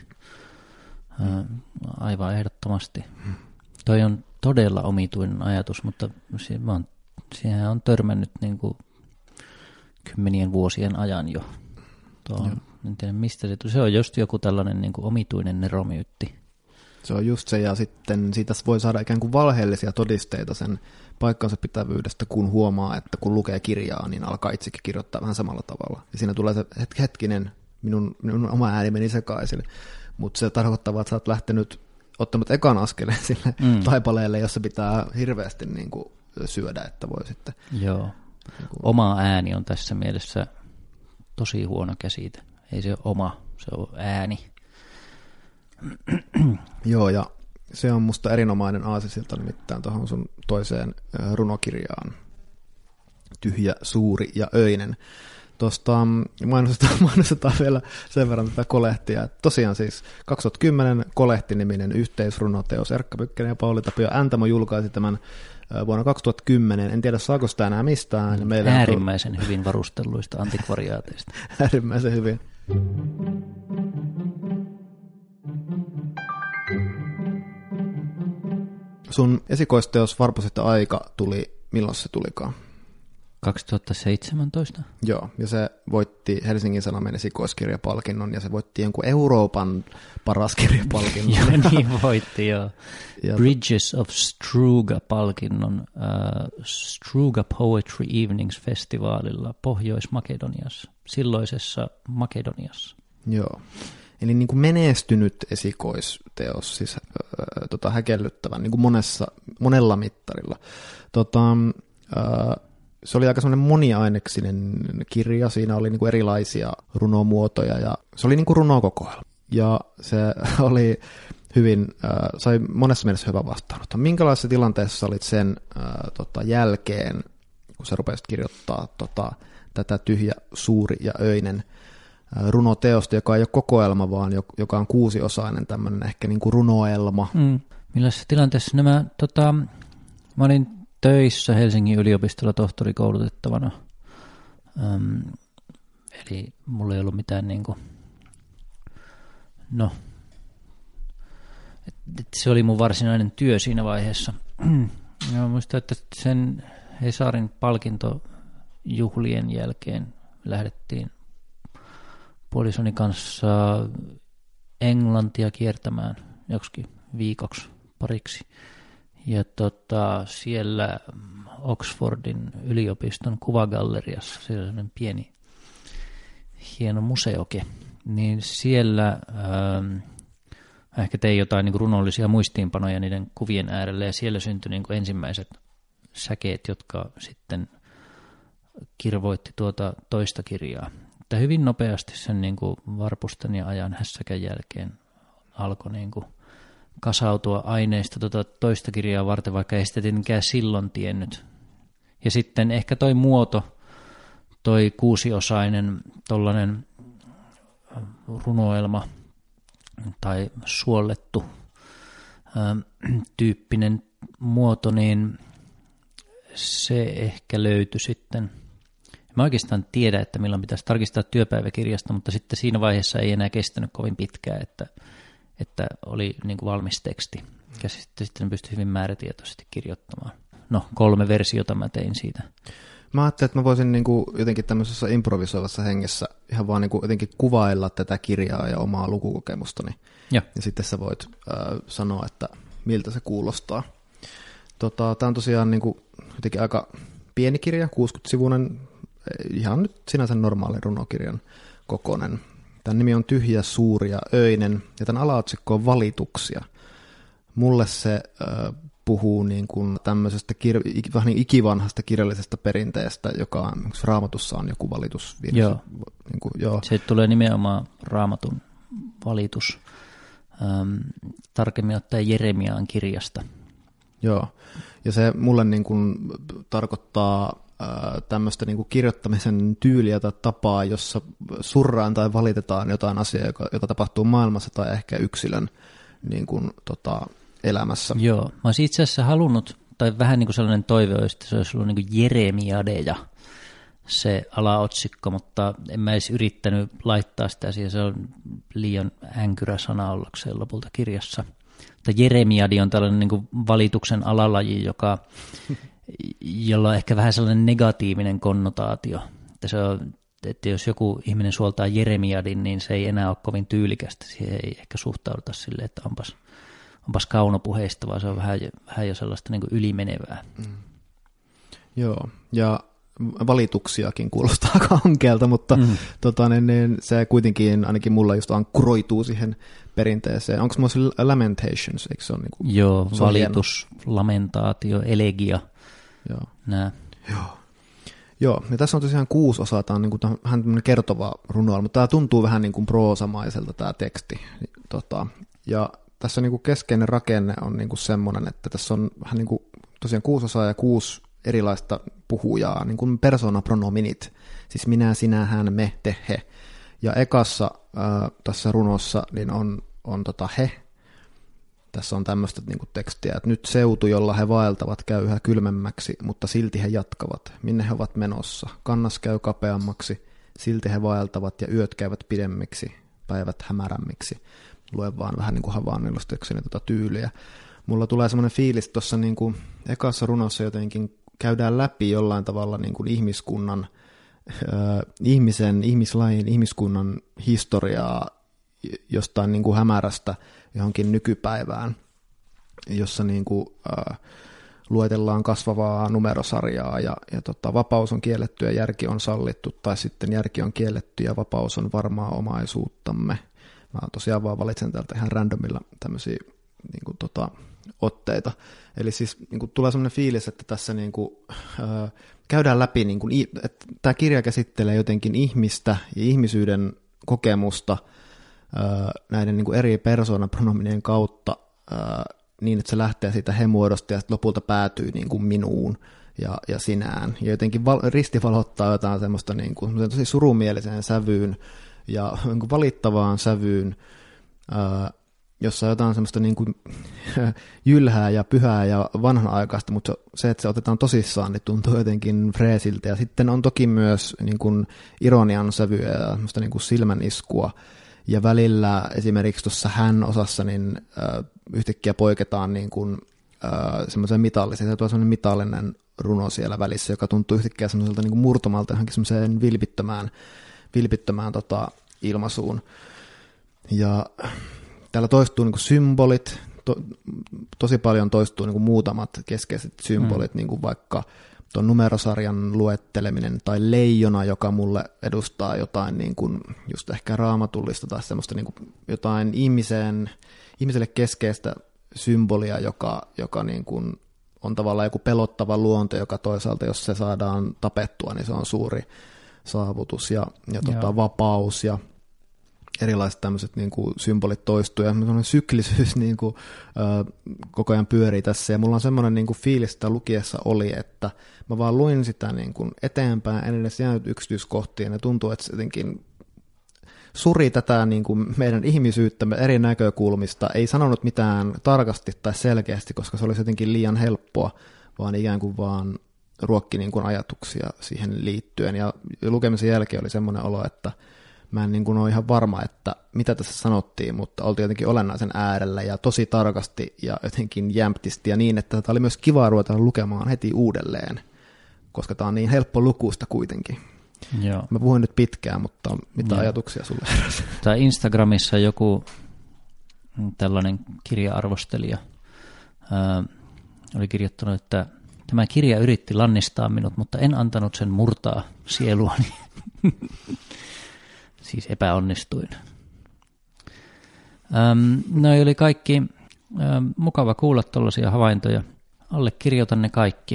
Aivan ehdottomasti. Toi on todella omituinen ajatus, mutta siihen on törmännyt niin kuin kymmenien vuosien ajan jo. En tiedä mistä se tuli. Se on just joku tällainen niin kuin omituinen neromyytti. Se on just se, ja sitten siitä voi saada ikään kuin valheellisia todisteita sen paikkansa pitävyydestä, kun huomaa, että kun lukee kirjaa, niin alkaa itsekin kirjoittaa vähän samalla tavalla. Ja siinä tulee se hetkinen, minun oma ääni meni sekaisin, mutta se tarkoittaa, että sä oot ottanut ekan askeleen sille taipaleelle, jossa pitää hirveästi niin kuin syödä, että voi sitten... Joo, oma ääni on tässä mielessä tosi huono käsite. Ei se ole oma, se on ääni. Joo, ja se on musta erinomainen aasisilta nimittäin tuohon sun toiseen runokirjaan. Tyhjä, suuri ja öinen. Tuosta mainostetaan vielä sen verran tätä kolehtia. Tosiaan siis 2010 Kolehti-niminen yhteisrunoteos. Erkka Pykkänen ja Pauli Tapio Ääntämö julkaisi tämän vuonna 2010. En tiedä, saako sitä enää mistään. Meillä äärimmäisen hyvin varustelluista antikvariaateista. Äärimmäisen hyvin. Sun esikoisteos Varpuset aika tuli, milloin se tulikaan? 2017. Joo, ja se voitti Helsingin Sanomien esikoiskirjapalkinnon, ja se voitti jonkun Euroopan paras kirjapalkinnon. Joo, niin voitti, joo. Ja Bridges of Struga-palkinnon Struga Poetry Evenings -festivaalilla Pohjois-Makedoniassa, silloisessa Makedoniassa. Joo, eli niin kuin menestynyt esikoisteos, siis häkellyttävän, niin kuin monella mittarilla. Se oli aika semmoinen moniaineksinen kirja, siinä oli niinku erilaisia runomuotoja ja se oli niinku runokokoelma. Ja se oli hyvin, sai monessa mielessä hyvä vastaanotto. Minkälaisessa tilanteessa olit sen jälkeen, kun sä rupesit kirjoittaa tätä Tyhjä, suuri ja öinen runoteosta, joka ei ole kokoelma, vaan joka on 6-osainen tämmöinen ehkä niinku runoelma. Millaisessa tilanteessa nämä, mä olin töissä Helsingin yliopistolla tohtorikoulutettavana. Eli mulla ei ollut mitään se oli mun varsinainen työ siinä vaiheessa. Ja muistan, että sen Hesarin palkintojuhlien jälkeen lähdettiin puolisoni kanssa Englantia kiertämään joksikin viikoksi pariksi. Ja siellä Oxfordin yliopiston kuvagalleriassa, siellä on sellainen pieni, hieno museoke, niin siellä ehkä tein jotain niin kuin runollisia muistiinpanoja niiden kuvien äärelle, ja siellä syntyi niin kuin ensimmäiset säkeet, jotka sitten kirvoitti tuota toista kirjaa. Että hyvin nopeasti sen niin kuin Varpusten ja ajan hässäkän jälkeen alkoi niin kuin kasautua aineista toista kirjaa varten, vaikka ei sitä tietenkään silloin tiennyt. Ja sitten ehkä toi muoto, toi 6-osainen tollainen runoelma tai suollettu tyyppinen muoto, niin se ehkä löytyi sitten. Mä oikeastaan tiedä, että milloin pitäisi tarkistaa työpäiväkirjasta, mutta sitten siinä vaiheessa ei enää kestänyt kovin pitkään, että oli niin kuin valmis teksti. Ja sitten pystyi hyvin määrätietoisesti kirjoittamaan. 3 versiota mä tein siitä. Mä ajattelin, että mä voisin niin kuin jotenkin tämmöisessä improvisoivassa hengessä ihan vaan niin kuin jotenkin kuvailla tätä kirjaa ja omaa lukukokemustani. Ja sitten sä voit sanoa, että miltä se kuulostaa. Tämä on tosiaan niin kuin, jotenkin aika pieni kirja, 60-sivuinen, ihan nyt sinänsä normaali runokirjan kokoinen. Tämän nimi on Tyhjä, suuri ja öinen, ja tämän alaotsikko on Valituksia. Mulle se puhuu niin kuin tämmöisestä vähän niin ikivanhasta kirjallisesta perinteestä, joka Raamatussa on joku valitusvirsi. Joo. Niin kuin, joo. Se tulee nimenomaan Raamatun valitus, tarkemmin ottaen Jeremiaan kirjasta. Joo, ja se mulle niin kuin tarkoittaa tämmöistä niin kuin kirjoittamisen tyyliä tai tapaa, jossa surraan tai valitetaan jotain asiaa, jota tapahtuu maailmassa tai ehkä yksilön niin kuin, elämässä. Joo, mä olisin itse asiassa halunnut, tai vähän niin kuin sellainen toive olisi, että se olisi ollut niin kuin Jeremiadeja se alaotsikko, mutta en mä edes yrittänyt laittaa sitä siihen, se on liian änkyrä sana ollakseen lopulta kirjassa. Mutta Jeremiadi on tällainen niin kuin valituksen alalaji, jolla on ehkä vähän sellainen negatiivinen konnotaatio. Että jos joku ihminen suoltaa Jeremiadin, niin se ei enää ole kovin tyylikästä. Siihen ei ehkä suhtauduta silleen, että onpas kaunopuheista, vaan se on vähän jo sellaista niin kuin ylimenevää. Joo, ja valituksiakin kuulostaa kankealta, mutta niin se kuitenkin ainakin mulla just ankkuroituu siihen perinteeseen. Onko se Lamentations? Eikö se ole niin kuin, joo, valitus, lamentaatio, elegia. Joo. Nää. Joo, ja tässä on tosiaan 6 osaa, tämä on niin kuin vähän kertova runoilma, mutta tämä tuntuu vähän niin kuin proosamaiselta tämä teksti. Ja tässä niin kuin keskeinen rakenne on niin kuin semmoinen, että tässä on vähän niin kuin tosiaan 6 osaa ja 6 erilaista puhujaa, niin kuin persoonapronominit, siis minä, sinä, hän, me, te, he. Ja ekassa tässä runossa niin on he. Tässä on tämmöistä niin kuin tekstiä, että nyt seutu, jolla he vaeltavat, käy yhä kylmemmäksi, mutta silti he jatkavat. Minne he ovat menossa? Kannas käy kapeammaksi, silti he vaeltavat ja yöt käyvät pidemmiksi, päivät hämärämmiksi. Luen vaan vähän niin kuin havainnollistekseni tyyliä. Mulla tulee semmoinen fiilis tuossa niin kuin ekassa runossa jotenkin käydään läpi jollain tavalla niin kuin ihmiskunnan, ihmislajin, ihmiskunnan historiaa jostain niin kuin hämärästä johonkin nykypäivään, jossa niin kuin, luetellaan kasvavaa numerosarjaa ja vapaus on kielletty ja järki on sallittu, tai sitten järki on kielletty ja vapaus on varmaa omaisuuttamme. Mä tosiaan vaan valitsen täältä ihan randomilla tämmöisiä niin kuin, otteita. Eli siis niin kuin, tulee sellainen fiilis, että tässä niin kuin, käydään läpi, niin kuin, että tämä kirja käsittelee jotenkin ihmistä ja ihmisyyden kokemusta näiden niin kuin eri persoonapronominien kautta niin, että se lähtee siitä he-muodosta ja sitten lopulta päätyy niin kuin minuun ja sinään. Ja jotenkin ristivalottaa jotain semmoista niin kuin, tosi surumieliseen sävyyn ja niin kuin valittavaan sävyyn, jossa on jotain semmoista niin kuin jylhää ja pyhää ja vanhanaikaista, mutta se, että se otetaan tosissaan, niin tuntuu jotenkin freesiltä. Ja sitten on toki myös niin kuin ironian sävyä ja semmoista niin kuin silmäniskua. Ja välillä esimerkiksi tuossa hän-osassa niin yhtäkkiä poiketaan niin kuin semmoisen mitalliseen. Se tulee semmoinen mitallinen runo siellä välissä, joka tuntuu yhtäkkiä semmoiselta niin kuin murtumalta johonkin semmoiseen vilpittömään ilmaisuun. Ja täällä toistuu niin kuin symbolit, tosi paljon toistuu niin kuin muutamat keskeiset symbolit, niin kuin vaikka tuon numerosarjan luetteleminen tai leijona, joka mulle edustaa jotain niin kuin just ehkä raamatullista tai semmoista niin kuin jotain ihmiselle keskeistä symbolia, joka niin kuin on tavallaan joku pelottava luonto, joka toisaalta, jos se saadaan tapettua, niin se on suuri saavutus ja vapaus ja erilaiset tämmöiset niin kuin symbolit toistuu, ja semmoinen syklisyys niin kuin, koko ajan pyörii tässä, ja mulla on semmoinen niin kuin fiilis, että lukiessa oli, että mä vaan luin sitä niin kuin eteenpäin, en edes jäänyt yksityiskohtiin, ja tuntuu, että se jotenkin suri tätä niin kuin meidän ihmisyyttämme eri näkökulmista, ei sanonut mitään tarkasti tai selkeästi, koska se olisi jotenkin liian helppoa, vaan ikään kuin vaan ruokki niin kuin ajatuksia siihen liittyen, ja lukemisen jälkeen oli semmoinen olo, että mä en niin kuin ole ihan varma, että mitä tässä sanottiin, mutta oltiin jotenkin olennaisen äärellä ja tosi tarkasti ja jotenkin jämptisti ja niin, että tämä oli myös kiva ruveta lukemaan heti uudelleen, koska tämä on niin helppo lukusta kuitenkin. Joo. Mä puhuin nyt pitkään, mutta mitä ajatuksia sulle heräsi? Tämä Instagramissa joku tällainen kirja-arvostelija oli kirjoittanut, että tämä kirja yritti lannistaa minut, mutta en antanut sen murtaa sieluani. Siis epäonnistuin. No oli kaikki mukava kuulla tuollaisia havaintoja. Allekirjoitan ne kaikki.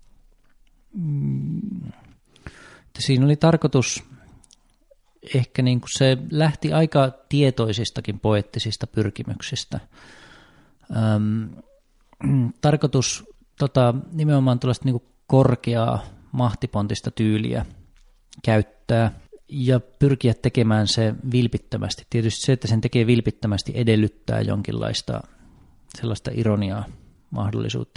Siinä oli tarkoitus, ehkä niin kuin se lähti aika tietoisistakin poeettisista pyrkimyksistä. Tarkoitus nimenomaan tuollaista niin kuin korkeaa mahtipontista tyyliä käyttää ja pyrkiä tekemään se vilpittömästi. Tietysti se, että sen tekee vilpittömästi, edellyttää jonkinlaista sellaista ironiaa mahdollisuutta,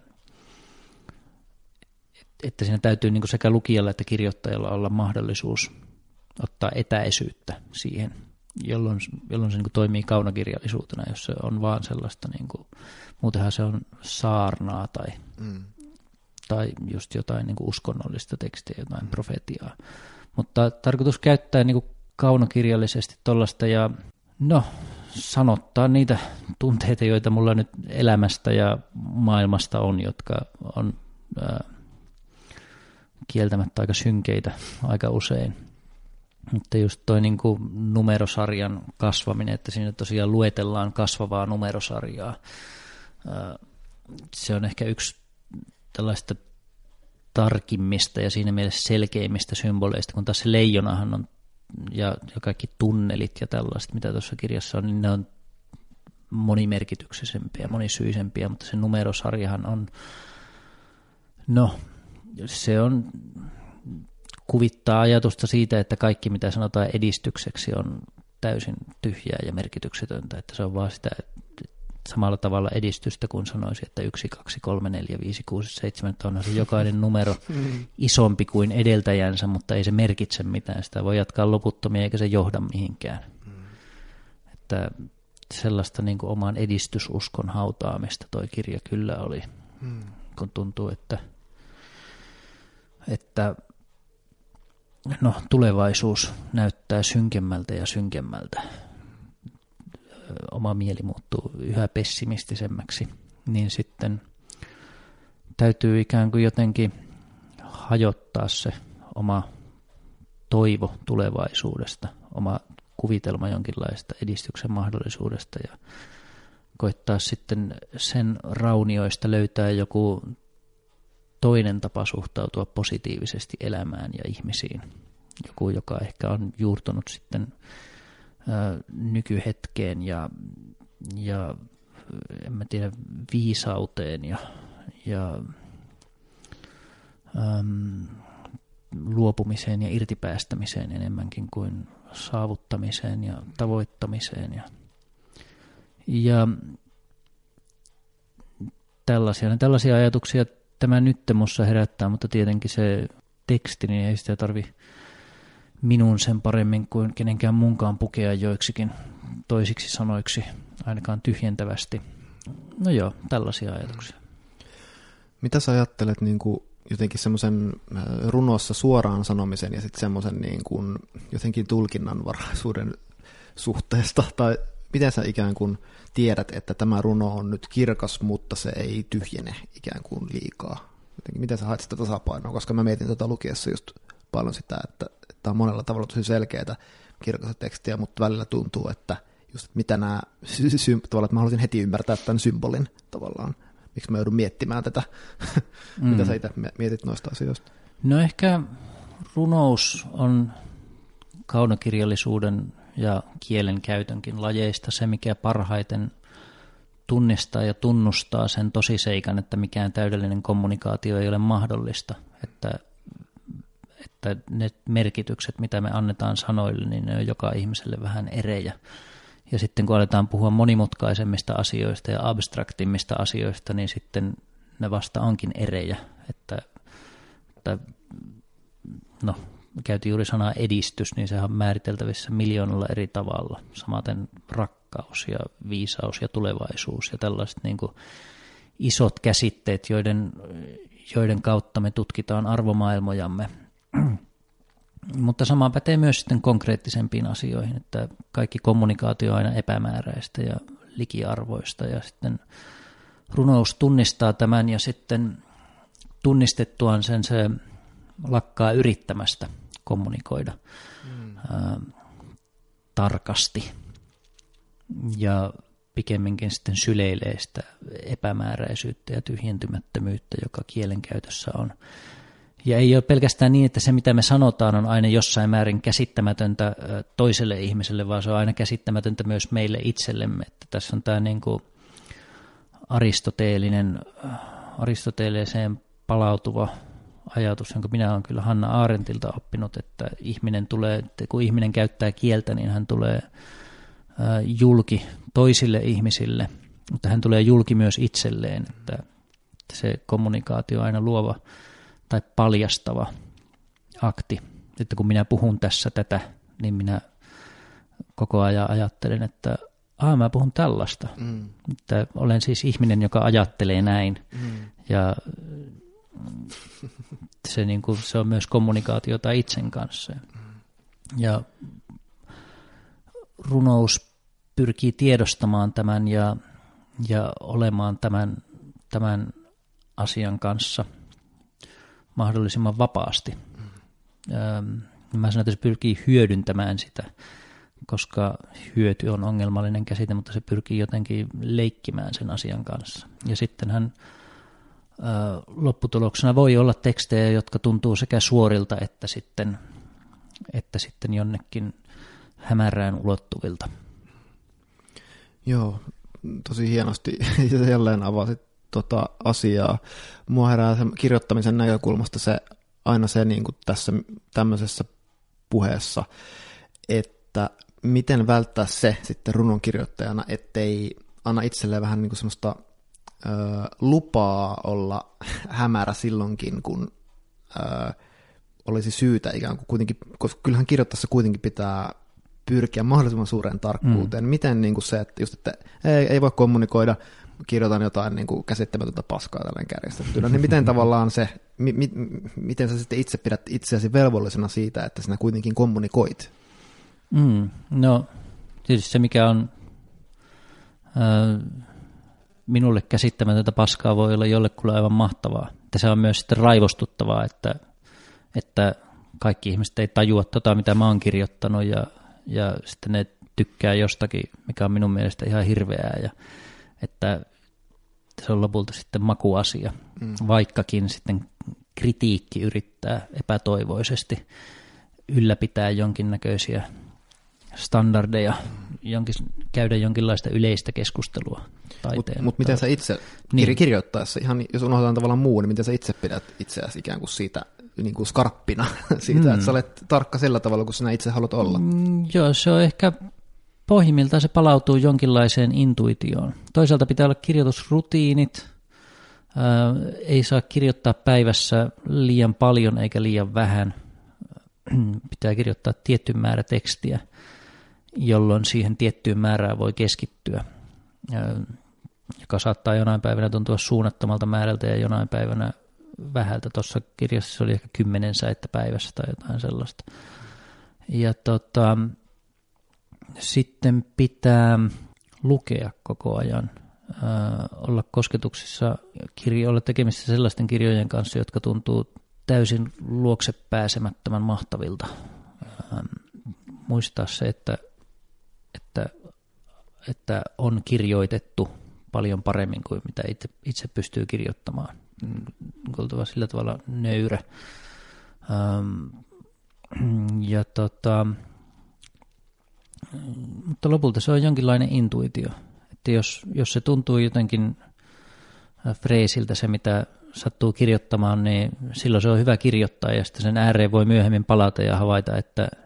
että siinä täytyy niin kuin sekä lukijalla että kirjoittajalla olla mahdollisuus ottaa etäisyyttä siihen, jolloin se niin kuin toimii kaunokirjallisuutena, jos se on vaan sellaista, niin kuin, muutenhan se on saarnaa tai just jotain niin kuin uskonnollista tekstiä, jotain profetiaa. Mutta tarkoitus käyttää niin kuin kaunokirjallisesti tuollaista ja sanottaa niitä tunteita, joita mulla nyt elämästä ja maailmasta on, jotka on kieltämättä aika synkeitä aika usein. Mutta just toi niin kuin numerosarjan kasvaminen, että siinä tosiaan luetellaan kasvavaa numerosarjaa. Se on ehkä yksi tällaista tarkimmista ja siinä mielessä selkeimmistä symboleista, kun taas se leijonahan on, ja kaikki tunnelit ja tällaiset, mitä tuossa kirjassa on, niin ne on monimerkityksellisempiä, monisyisempiä, mutta se numerosarjahan on, se on kuvittaa ajatusta siitä, että kaikki mitä sanotaan edistykseksi on täysin tyhjää ja merkityksetöntä, että se on vaan sitä samalla tavalla edistystä kuin sanoisi, että 1, 2, 3, 4, 5, 6, 7, että onhan se jokainen numero isompi kuin edeltäjänsä, mutta ei se merkitse mitään. Sitä voi jatkaa loputtomia eikä se johda mihinkään. Että sellaista niin kuin oman edistysuskon hautaamista toi kirja kyllä oli, kun tuntuu, että tulevaisuus näyttää synkemmältä ja synkemmältä. Oma mieli muuttuu yhä pessimistisemmäksi, niin sitten täytyy ikään kuin jotenkin hajottaa se oma toivo tulevaisuudesta, oma kuvitelma jonkinlaista edistyksen mahdollisuudesta ja koittaa sitten sen raunioista löytää joku toinen tapa suhtautua positiivisesti elämään ja ihmisiin. Joku, joka ehkä on juurtunut sitten nykyhetkeen ja en mä tiedä, viisauteen ja luopumiseen ja irtipäästämiseen enemmänkin kuin saavuttamiseen ja tavoittamiseen ja tällaisia ajatuksia tämä nyt musta herättää, mutta tietenkin se teksti, niin ei sitä tarvi minun sen paremmin kuin kenenkään munkaan pukea joiksikin toisiksi sanoiksi, ainakaan tyhjentävästi. No joo, tällaisia ajatuksia. Mitä sä ajattelet niin kuin jotenkin semmoisen runossa suoraan sanomisen ja sitten semmoisen niin kuin jotenkin tulkinnanvaraisuuden suhteesta, tai miten sä ikään kuin tiedät, että tämä runo on nyt kirkas, mutta se ei tyhjene ikään kuin liikaa? Jotenkin, miten sä haet sitä tasapainoa? Koska mä mietin lukiessa just paljon sitä, että tämä on monella tavalla tosi selkeää kirkasta tekstiä, mutta välillä tuntuu, että just mitä nämä tavallaan, että mä haluaisin heti ymmärtää tämän symbolin tavallaan. Miksi mä joudun miettimään tätä? Mitä sä itse mietit noista asioista? No ehkä runous on kaunokirjallisuuden ja kielen käytönkin lajeista se, mikä parhaiten tunnistaa ja tunnustaa sen tosiseikan, että mikään täydellinen kommunikaatio ei ole mahdollista, että ne merkitykset, mitä me annetaan sanoille, niin ne on joka ihmiselle vähän erejä. Ja sitten kun aletaan puhua monimutkaisemmista asioista ja abstraktimmista asioista, niin sitten ne vasta onkin erejä. Että käytiin juuri sanaa edistys, niin sehän on määriteltävissä miljoonalla eri tavalla. Samaten rakkaus ja viisaus ja tulevaisuus ja tällaiset niin kuin isot käsitteet, joiden kautta me tutkitaan arvomaailmojamme. Mutta sama pätee myös sitten konkreettisempiin asioihin, että kaikki kommunikaatio on aina epämääräistä ja likiarvoista ja sitten runous tunnistaa tämän ja sitten tunnistettuaan sen se lakkaa yrittämästä kommunikoida tarkasti ja pikemminkin sitten syleilee sitä epämääräisyyttä ja tyhjentymättömyyttä, joka kielenkäytössä on. Ja ei ole pelkästään niin, että se mitä me sanotaan on aina jossain määrin käsittämätöntä toiselle ihmiselle, vaan se on aina käsittämätöntä myös meille itsellemme. Että tässä on tämä niin kuin aristoteelliseen palautuva ajatus, jonka minä olen kyllä Hannah Arendtilta oppinut, että kun ihminen käyttää kieltä, niin hän tulee julki toisille ihmisille, mutta hän tulee julki myös itselleen, että se kommunikaatio on aina luova tai paljastava akti, että kun minä puhun tässä tätä, niin minä koko ajan ajattelen, että mä puhun tällaista, että olen siis ihminen, joka ajattelee näin, ja se on myös kommunikaatiota itsen kanssa. Ja runous pyrkii tiedostamaan tämän ja olemaan tämän asian kanssa mahdollisimman vapaasti. Mä sanon, että se pyrkii hyödyntämään sitä, koska hyöty on ongelmallinen käsite, mutta se pyrkii jotenkin leikkimään sen asian kanssa. Ja sittenhän lopputuloksena voi olla tekstejä, jotka tuntuu sekä suorilta että sitten jonnekin hämärään ulottuvilta. Joo, tosi hienosti jälleen avasit asiaa. Mua herää kirjoittamisen näkökulmasta aina se niin kuin tässä tämmöisessä puheessa, että miten välttää se sitten runon kirjoittajana, ettei anna itselleen vähän niin kuin semmoista lupaa olla hämärä silloinkin, kun olisi syytä ikään kuin kuitenkin, koska kyllähän kirjoittaessa kuitenkin pitää pyrkiä mahdollisimman suureen tarkkuuteen. Miten niin kuin se, että just, että ei voi kommunikoida, kirjoitan jotain niin kuin käsittämätöntä paskaa tällainen kärjestettynä, niin miten tavallaan se, miten sä sitten itse pidät itseäsi velvollisena siitä, että sinä kuitenkin kommunikoit? No tietysti se, mikä on minulle käsittämätöntä paskaa, voi olla jollekulle aivan mahtavaa. Että se on myös sitten raivostuttavaa, että kaikki ihmiset ei tajua mitä mä oon kirjoittanut ja sitten ne tykkää jostakin, mikä on minun mielestä ihan hirveää ja että se on lopulta sitten makuasia, vaikkakin sitten kritiikki yrittää epätoivoisesti ylläpitää jonkinnäköisiä standardeja, käydä jonkinlaista yleistä keskustelua taiteen. Mutta miten sä itse kirjoittaessa, ihan jos unohdetaan tavallaan muu, niin miten sä itse pidät itseäsi ikään kuin siitä niin kuin skarppina siitä, että sä olet tarkka sillä tavalla, kun sinä itse haluat olla? Joo, se on ehkä pohjimmiltaan se palautuu jonkinlaiseen intuitioon. Toisaalta pitää olla kirjoitusrutiinit, ei saa kirjoittaa päivässä liian paljon eikä liian vähän. Pitää kirjoittaa tietty määrä tekstiä, jolloin siihen tiettyyn määrään voi keskittyä, joka saattaa jonain päivänä tuntua suunnattomalta määrältä ja jonain päivänä vähältä. Tuossa kirjassa oli ehkä 10 säettä päivässä tai jotain sellaista. Ja sitten pitää lukea koko ajan, olla kosketuksissa, olla tekemisissä sellaisten kirjojen kanssa, jotka tuntuu täysin luokse pääsemättömän mahtavilta. Muistaa se, että on kirjoitettu paljon paremmin kuin mitä itse pystyy kirjoittamaan. Oltava sillä tavalla nöyrä. Mutta lopulta se on jonkinlainen intuitio. Että jos se tuntuu jotenkin freesiltä se, mitä sattuu kirjoittamaan, niin silloin se on hyvä kirjoittaa ja sitten sen ääreen voi myöhemmin palata ja havaita,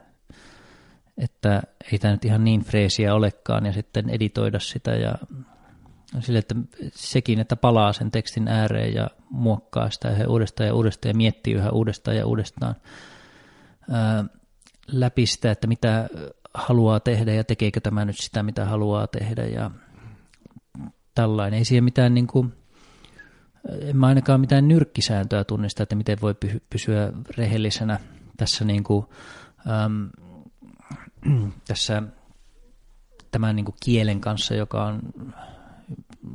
että ei tämä nyt ihan niin freesiä olekaan ja sitten editoida sitä ja sille, että sekin, että palaa sen tekstin ääreen ja muokkaa sitä yhä uudestaan ja uudestaan ja miettii yhä uudestaan ja uudestaan läpi sitä, että mitä haluaa tehdä ja tekeekö tämä nyt sitä, mitä haluaa tehdä ja tällainen. Ei siihen mitään niin kuin, en mä ainakaan mitään nyrkkisääntöä tunnista, että miten voi pysyä rehellisenä tässä, niin kuin, tässä tämän niin kuin kielen kanssa, joka on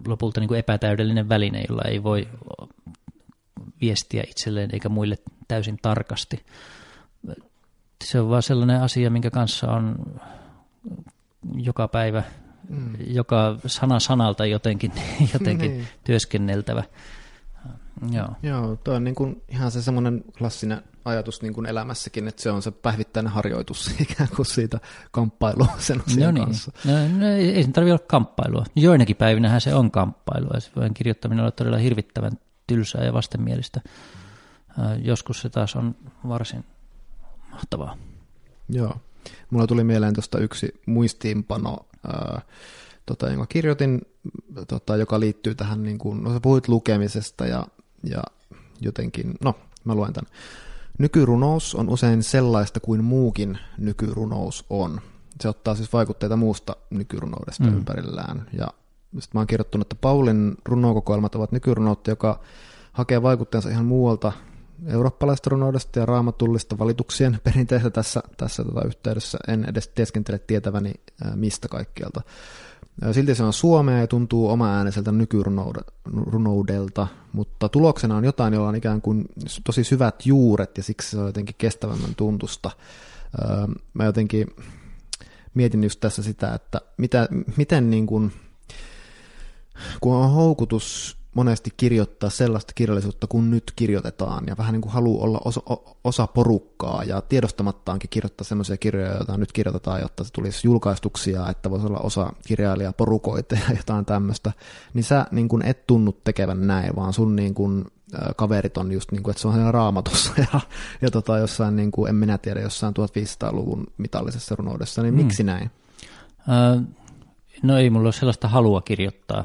lopulta niin kuin epätäydellinen väline, jolla ei voi viestiä itselleen eikä muille täysin tarkasti. Se on vaan sellainen asia, minkä kanssa on joka päivä, joka sana sanalta jotenkin niin. Työskenneltävä. Joo, toi on niin kuin ihan se semmoinen klassinen ajatus niin kuin elämässäkin, että se on se päivittäinen harjoitus ikään kuin siitä kamppailua sen asian kanssa. No, ei sen tarvitse olla kamppailua. Joinakin päivinähän se on kamppailua. Ja kirjoittaminen on todella hirvittävän tylsää ja vastenmielistä. Joskus se taas on varsin mahtavaa. Joo. Mulla tuli mieleen tuosta yksi muistiinpano, jonka kirjoitin, joka liittyy tähän, niin kuin, no sä puhuit lukemisesta ja jotenkin, no mä luen tämän. Nykyrunous on usein sellaista kuin muukin nykyrunous on. Se ottaa siis vaikutteita muusta nykyrunoudesta ympärillään. Ja sitten mä oon kirjoittanut, että Paulin runokokoelmat ovat nykyrunoutta, joka hakee vaikutteensa ihan muualta eurooppalaisesta runoudesta ja raamatullista valituksien perinteistä tässä yhteydessä. En edes teeskentele tietäväni mistä kaikkialta. Silti se on suomea ja tuntuu oma-ääniseltä nykyrunoudelta, mutta tuloksena on jotain, jolla on ikään kuin tosi syvät juuret ja siksi se on jotenkin kestävämmän tuntusta. Mä jotenkin mietin just tässä sitä, että miten niin kuin, kun on houkutus monesti kirjoittaa sellaista kirjallisuutta, kun nyt kirjoitetaan, ja vähän niin kuin haluaa olla osa porukkaa, ja tiedostamattaankin kirjoittaa sellaisia kirjoja, joita nyt kirjoitetaan, jotta se tulisi julkaistuksia, että voisi olla osa kirjailijaporukoita ja jotain tämmöistä, niin sä niin kuin et tunnu tekevän näin, vaan sun niin kuin kaverit on just niin kuin, että se on siellä Raamatussa, ja jossain, niin kuin, en minä tiedä, jossain 1500-luvun mitallisessa runoudessa, niin miksi näin? No ei mulla ole sellaista halua kirjoittaa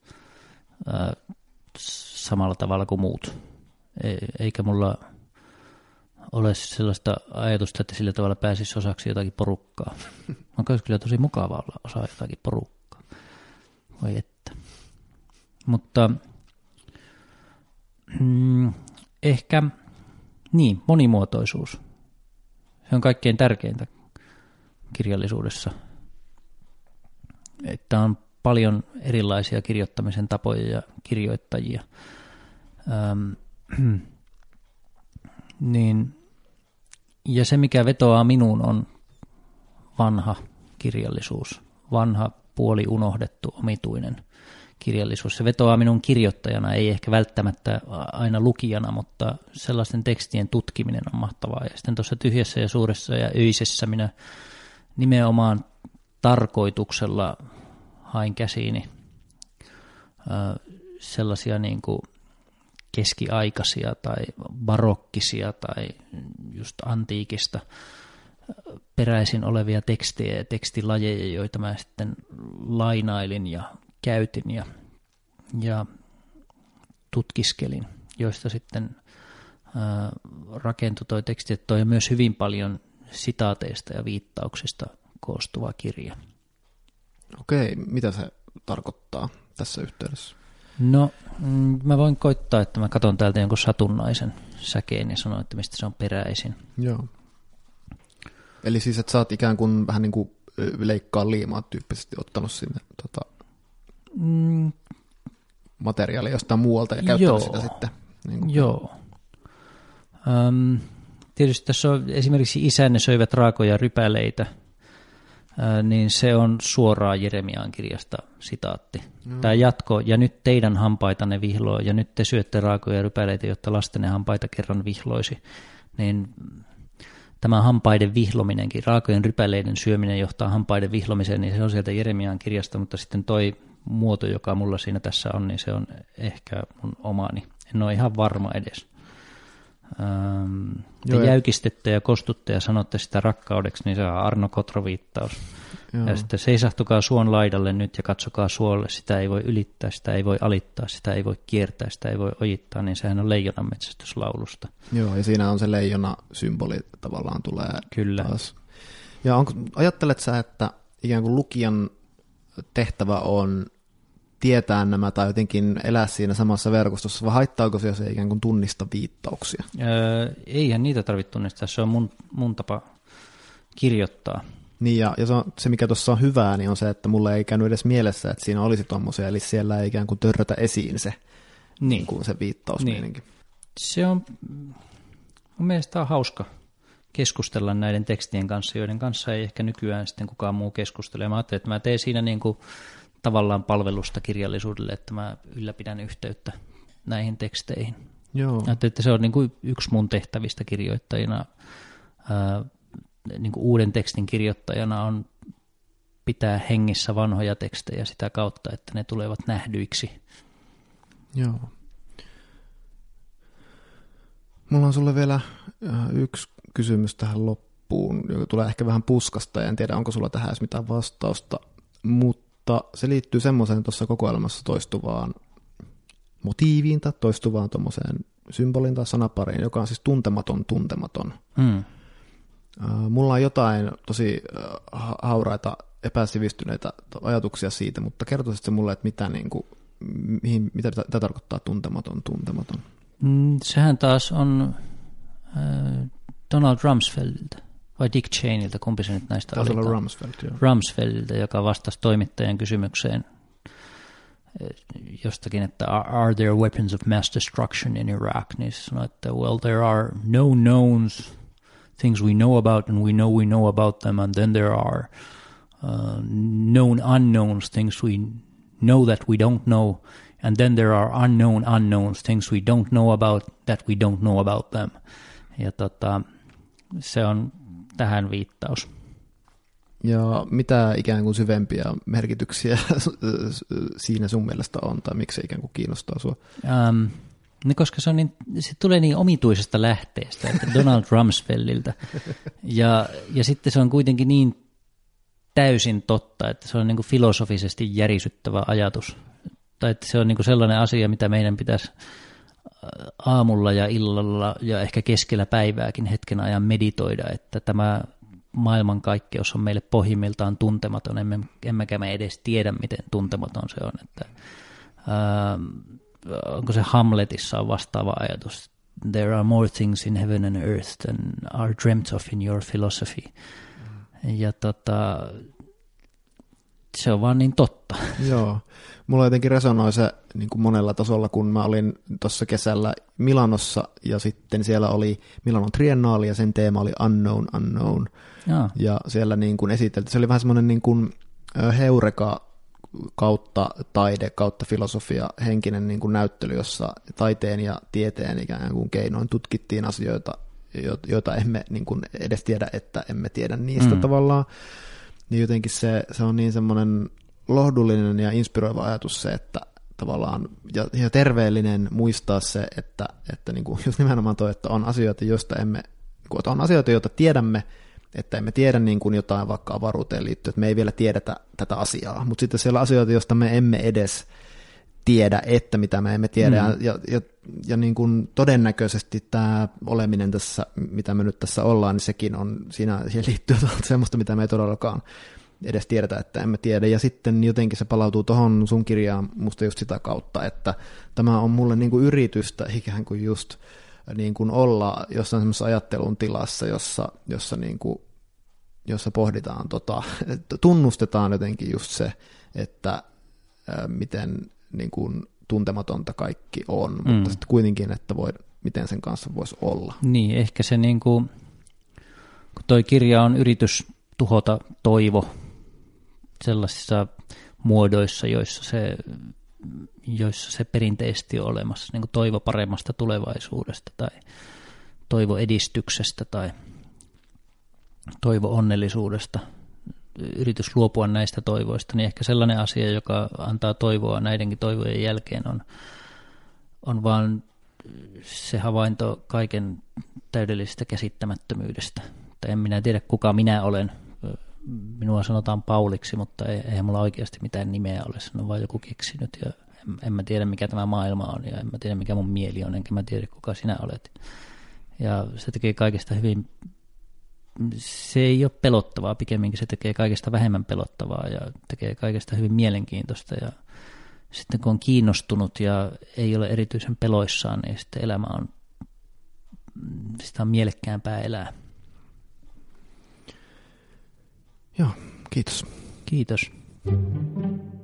samalla tavalla kuin muut. Eikä mulla ole sellaista ajatusta, että sillä tavalla pääsisi osaksi jotakin porukkaa. On kyllä tosi mukava olla osa jotakin porukkaa. Voi että. Mutta ehkä niin, monimuotoisuus. Se on kaikkein tärkeintä kirjallisuudessa. Että on paljon erilaisia kirjoittamisen tapoja ja kirjoittajia. Ja se, mikä vetoaa minuun, on vanha kirjallisuus, vanha puoli unohdettu omituinen kirjallisuus. Se vetoaa minun kirjoittajana, ei ehkä välttämättä aina lukijana, mutta sellaisten tekstien tutkiminen on mahtavaa. Ja sitten tuossa Tyhjässä ja suuressa ja öisessä minä nimenomaan tarkoituksella hain käsiini sellaisia niin kuin keskiaikaisia tai barokkisia tai just antiikista peräisin olevia tekstejä ja tekstilajeja, joita mä sitten lainailin ja käytin ja tutkiskelin, joista sitten rakentui toi teksti, että toi on myös hyvin paljon sitaateista ja viittauksista koostuva kirja. Okei, mitä se tarkoittaa tässä yhteydessä? No, mä voin koittaa, että mä katson täältä jonkun satunnaisen säkeen ja sanon, että mistä se on peräisin. Joo. Eli siis, että sä oot ikään kuin vähän niin kuin leikkaa liimaa tyyppisesti ottanut sinne materiaalia jostain muualta ja käyttänyt sitä sitten. Niin kuin. Joo. Tietysti tässä on esimerkiksi Isänne söivät raakoja rypäleitä, niin se on suoraan Jeremiaan kirjasta sitaatti. Tämä jatko, ja nyt teidän hampaitanne vihloo, ja nyt te syötte raakoja rypäleitä, jotta lastenne hampaita kerran vihloisi. Niin tämä hampaiden vihlominenkin, raakojen rypäleiden syöminen johtaa hampaiden vihlomiseen, niin se on sieltä Jeremiaan kirjasta, mutta sitten toi muoto, joka mulla siinä tässä on, niin se on ehkä mun omani. En ole ihan varma edes. Te jäykistette ja kostutte ja sanotte sitä rakkaudeksi, niin se on Arno Kotro-viittaus. Ja sitten seisahtukaa suon laidalle nyt ja katsokaa suolle, sitä ei voi ylittää, sitä ei voi alittaa, sitä ei voi kiertää, sitä ei voi ojittaa, niin sehän on leijonan metsästyslaulusta. Joo, ja siinä on se leijona-symboli tavallaan tulee Kyllä. taas. Ja ajattelet sä, että ikään kuin lukijan tehtävä on tietää nämä tai jotenkin elää siinä samassa verkostossa, vai haittaako se, jos ei ikään kuin tunnista viittauksia? Eihän niitä tarvitse tunnistaa, se on mun tapa kirjoittaa. Niin, ja se, mikä tuossa on hyvää, niin on se, että mulle ei käynyt edes mielessä, että siinä olisi tommosia, eli siellä ei ikään kuin törrötä esiin se, niin kuin se viittausmeininki. Niin. Se on, mun mielestä on hauska keskustella näiden tekstien kanssa, joiden kanssa ei ehkä nykyään sitten kukaan muu keskustele. Mä ajattelin, että mä teen siinä niin kuin tavallaan palvelusta kirjallisuudelle, että mä ylläpidän yhteyttä näihin teksteihin. Joo. Ajattelin, että se on niin kuin yksi mun tehtävistä kirjoittajina, niin kuin uuden tekstin kirjoittajana on pitää hengissä vanhoja tekstejä sitä kautta, että ne tulevat nähdyiksi. Joo. Mulla on sulle vielä yksi kysymys tähän loppuun, joka tulee ehkä vähän puskasta, ja en tiedä, onko sulla tähän edes mitään vastausta, mutta se liittyy semmoiseen tuossa kokoelmassa toistuvaan motiiviin tai toistuvaan tuommoiseen symbolin tai sanapariin, joka on siis tuntematon. Mulla on jotain tosi hauraita, epäsivistyneitä ajatuksia siitä, mutta kertoisit se mulle, että mitä tarkoittaa tuntematon? Sehän taas on Donald Rumsfeldiltä vai Dick Cheneyltä, kumpi se nyt näistä oli? Rumsfeldiltä, joka vastasi toimittajan kysymykseen jostakin, että are there weapons of mass destruction in Iraq? Niin se sanoi, että well, there are no knowns, things we know about, and we know about them, and then there are known unknowns, things we know that we don't know, and then there are unknown unknowns, things we don't know about, that we don't know about them. Ja se on tähän viittaus. Ja mitä ikään kuin syvempiä merkityksiä siinä sun mielestä on, tai miksi se ikään kuin kiinnostaa sua? Koska se tulee niin omituisesta lähteestä, että Donald Rumsfeldiltä. Ja sitten se on kuitenkin niin täysin totta, että se on niin kuin filosofisesti järisyttävä ajatus. Tai että se on niin kuin sellainen asia, mitä meidän pitäisi aamulla ja illalla ja ehkä keskellä päivääkin hetken ajan meditoida, että tämä maailmankaikkeus on meille pohjimmiltaan tuntematon, emmekä me edes tiedä, miten tuntematon se on. Että, onko se Hamletissa on vastaava ajatus? There are more things in heaven and earth than are dreamt of in your philosophy. Ja se on vaan niin totta. Joo. Mulla jotenkin resonoi se niin kuin monella tasolla, kun mä olin tuossa kesällä Milanossa, ja sitten siellä oli Milanon triennaali, ja sen teema oli Unknown. Ja siellä niin kuin esiteltiin, se oli vähän semmoinen niin kuin heureka kautta taide, kautta filosofia, henkinen niin kuin näyttely, jossa taiteen ja tieteen ikään kuin keinoin tutkittiin asioita, joita emme niin kuin edes tiedä, että emme tiedä niistä tavallaan. Niin jotenkin se on niin semmoinen lohdullinen ja inspiroiva ajatus se, että tavallaan, ja terveellinen muistaa se, että niin kuin just nimenomaan toi, että on asioita, joita tiedämme, että emme tiedä niin kuin jotain vaikka avaruuteen liittyen, että me ei vielä tiedetä tätä asiaa, mutta sitten siellä on asioita, joista me emme edes tiedä, että mitä me emme tiedä, ja niin kuin todennäköisesti tämä oleminen tässä, mitä me nyt tässä ollaan, niin sekin on, siihen liittyy semmoista, mitä me ei todellakaan edes tiedetä, että emme tiedä, ja sitten jotenkin se palautuu tuohon sun kirjaan musta just sitä kautta, että tämä on mulle niin kuin yritystä ikään kuin just niin kuin olla jossain semmoisessa ajattelun tilassa, jossa pohditaan, tunnustetaan jotenkin just se, että miten niin kuin tuntematonta kaikki on, mutta sitten kuitenkin, että miten sen kanssa voisi olla. Niin, ehkä se niin kuin, kun toi kirja on yritys tuhota toivo sellaisissa muodoissa, joissa se perinteisesti on olemassa, niin kuin toivo paremmasta tulevaisuudesta tai toivo edistyksestä tai toivo onnellisuudesta, yritys luopua näistä toivoista, niin ehkä sellainen asia, joka antaa toivoa näidenkin toivojen jälkeen on vaan se havainto kaiken täydellisestä käsittämättömyydestä. Tai en minä tiedä, kuka minä olen. Minua sanotaan Pauliksi, mutta eihän mulla oikeasti mitään nimeä ole. Se on vain joku keksinyt ja en mä tiedä, mikä tämä maailma on ja en mä tiedä, mikä mun mieli on, enkä mä tiedä, kuka sinä olet. Ja se tekee kaikesta hyvin, se ei ole pelottavaa, pikemminkin se tekee kaikesta vähemmän pelottavaa ja tekee kaikesta hyvin mielenkiintoista. Ja sitten kun on kiinnostunut ja ei ole erityisen peloissaan, niin sitten elämä on, sitä on mielekkäämpää elää. Joo, kiitos. Kiitos.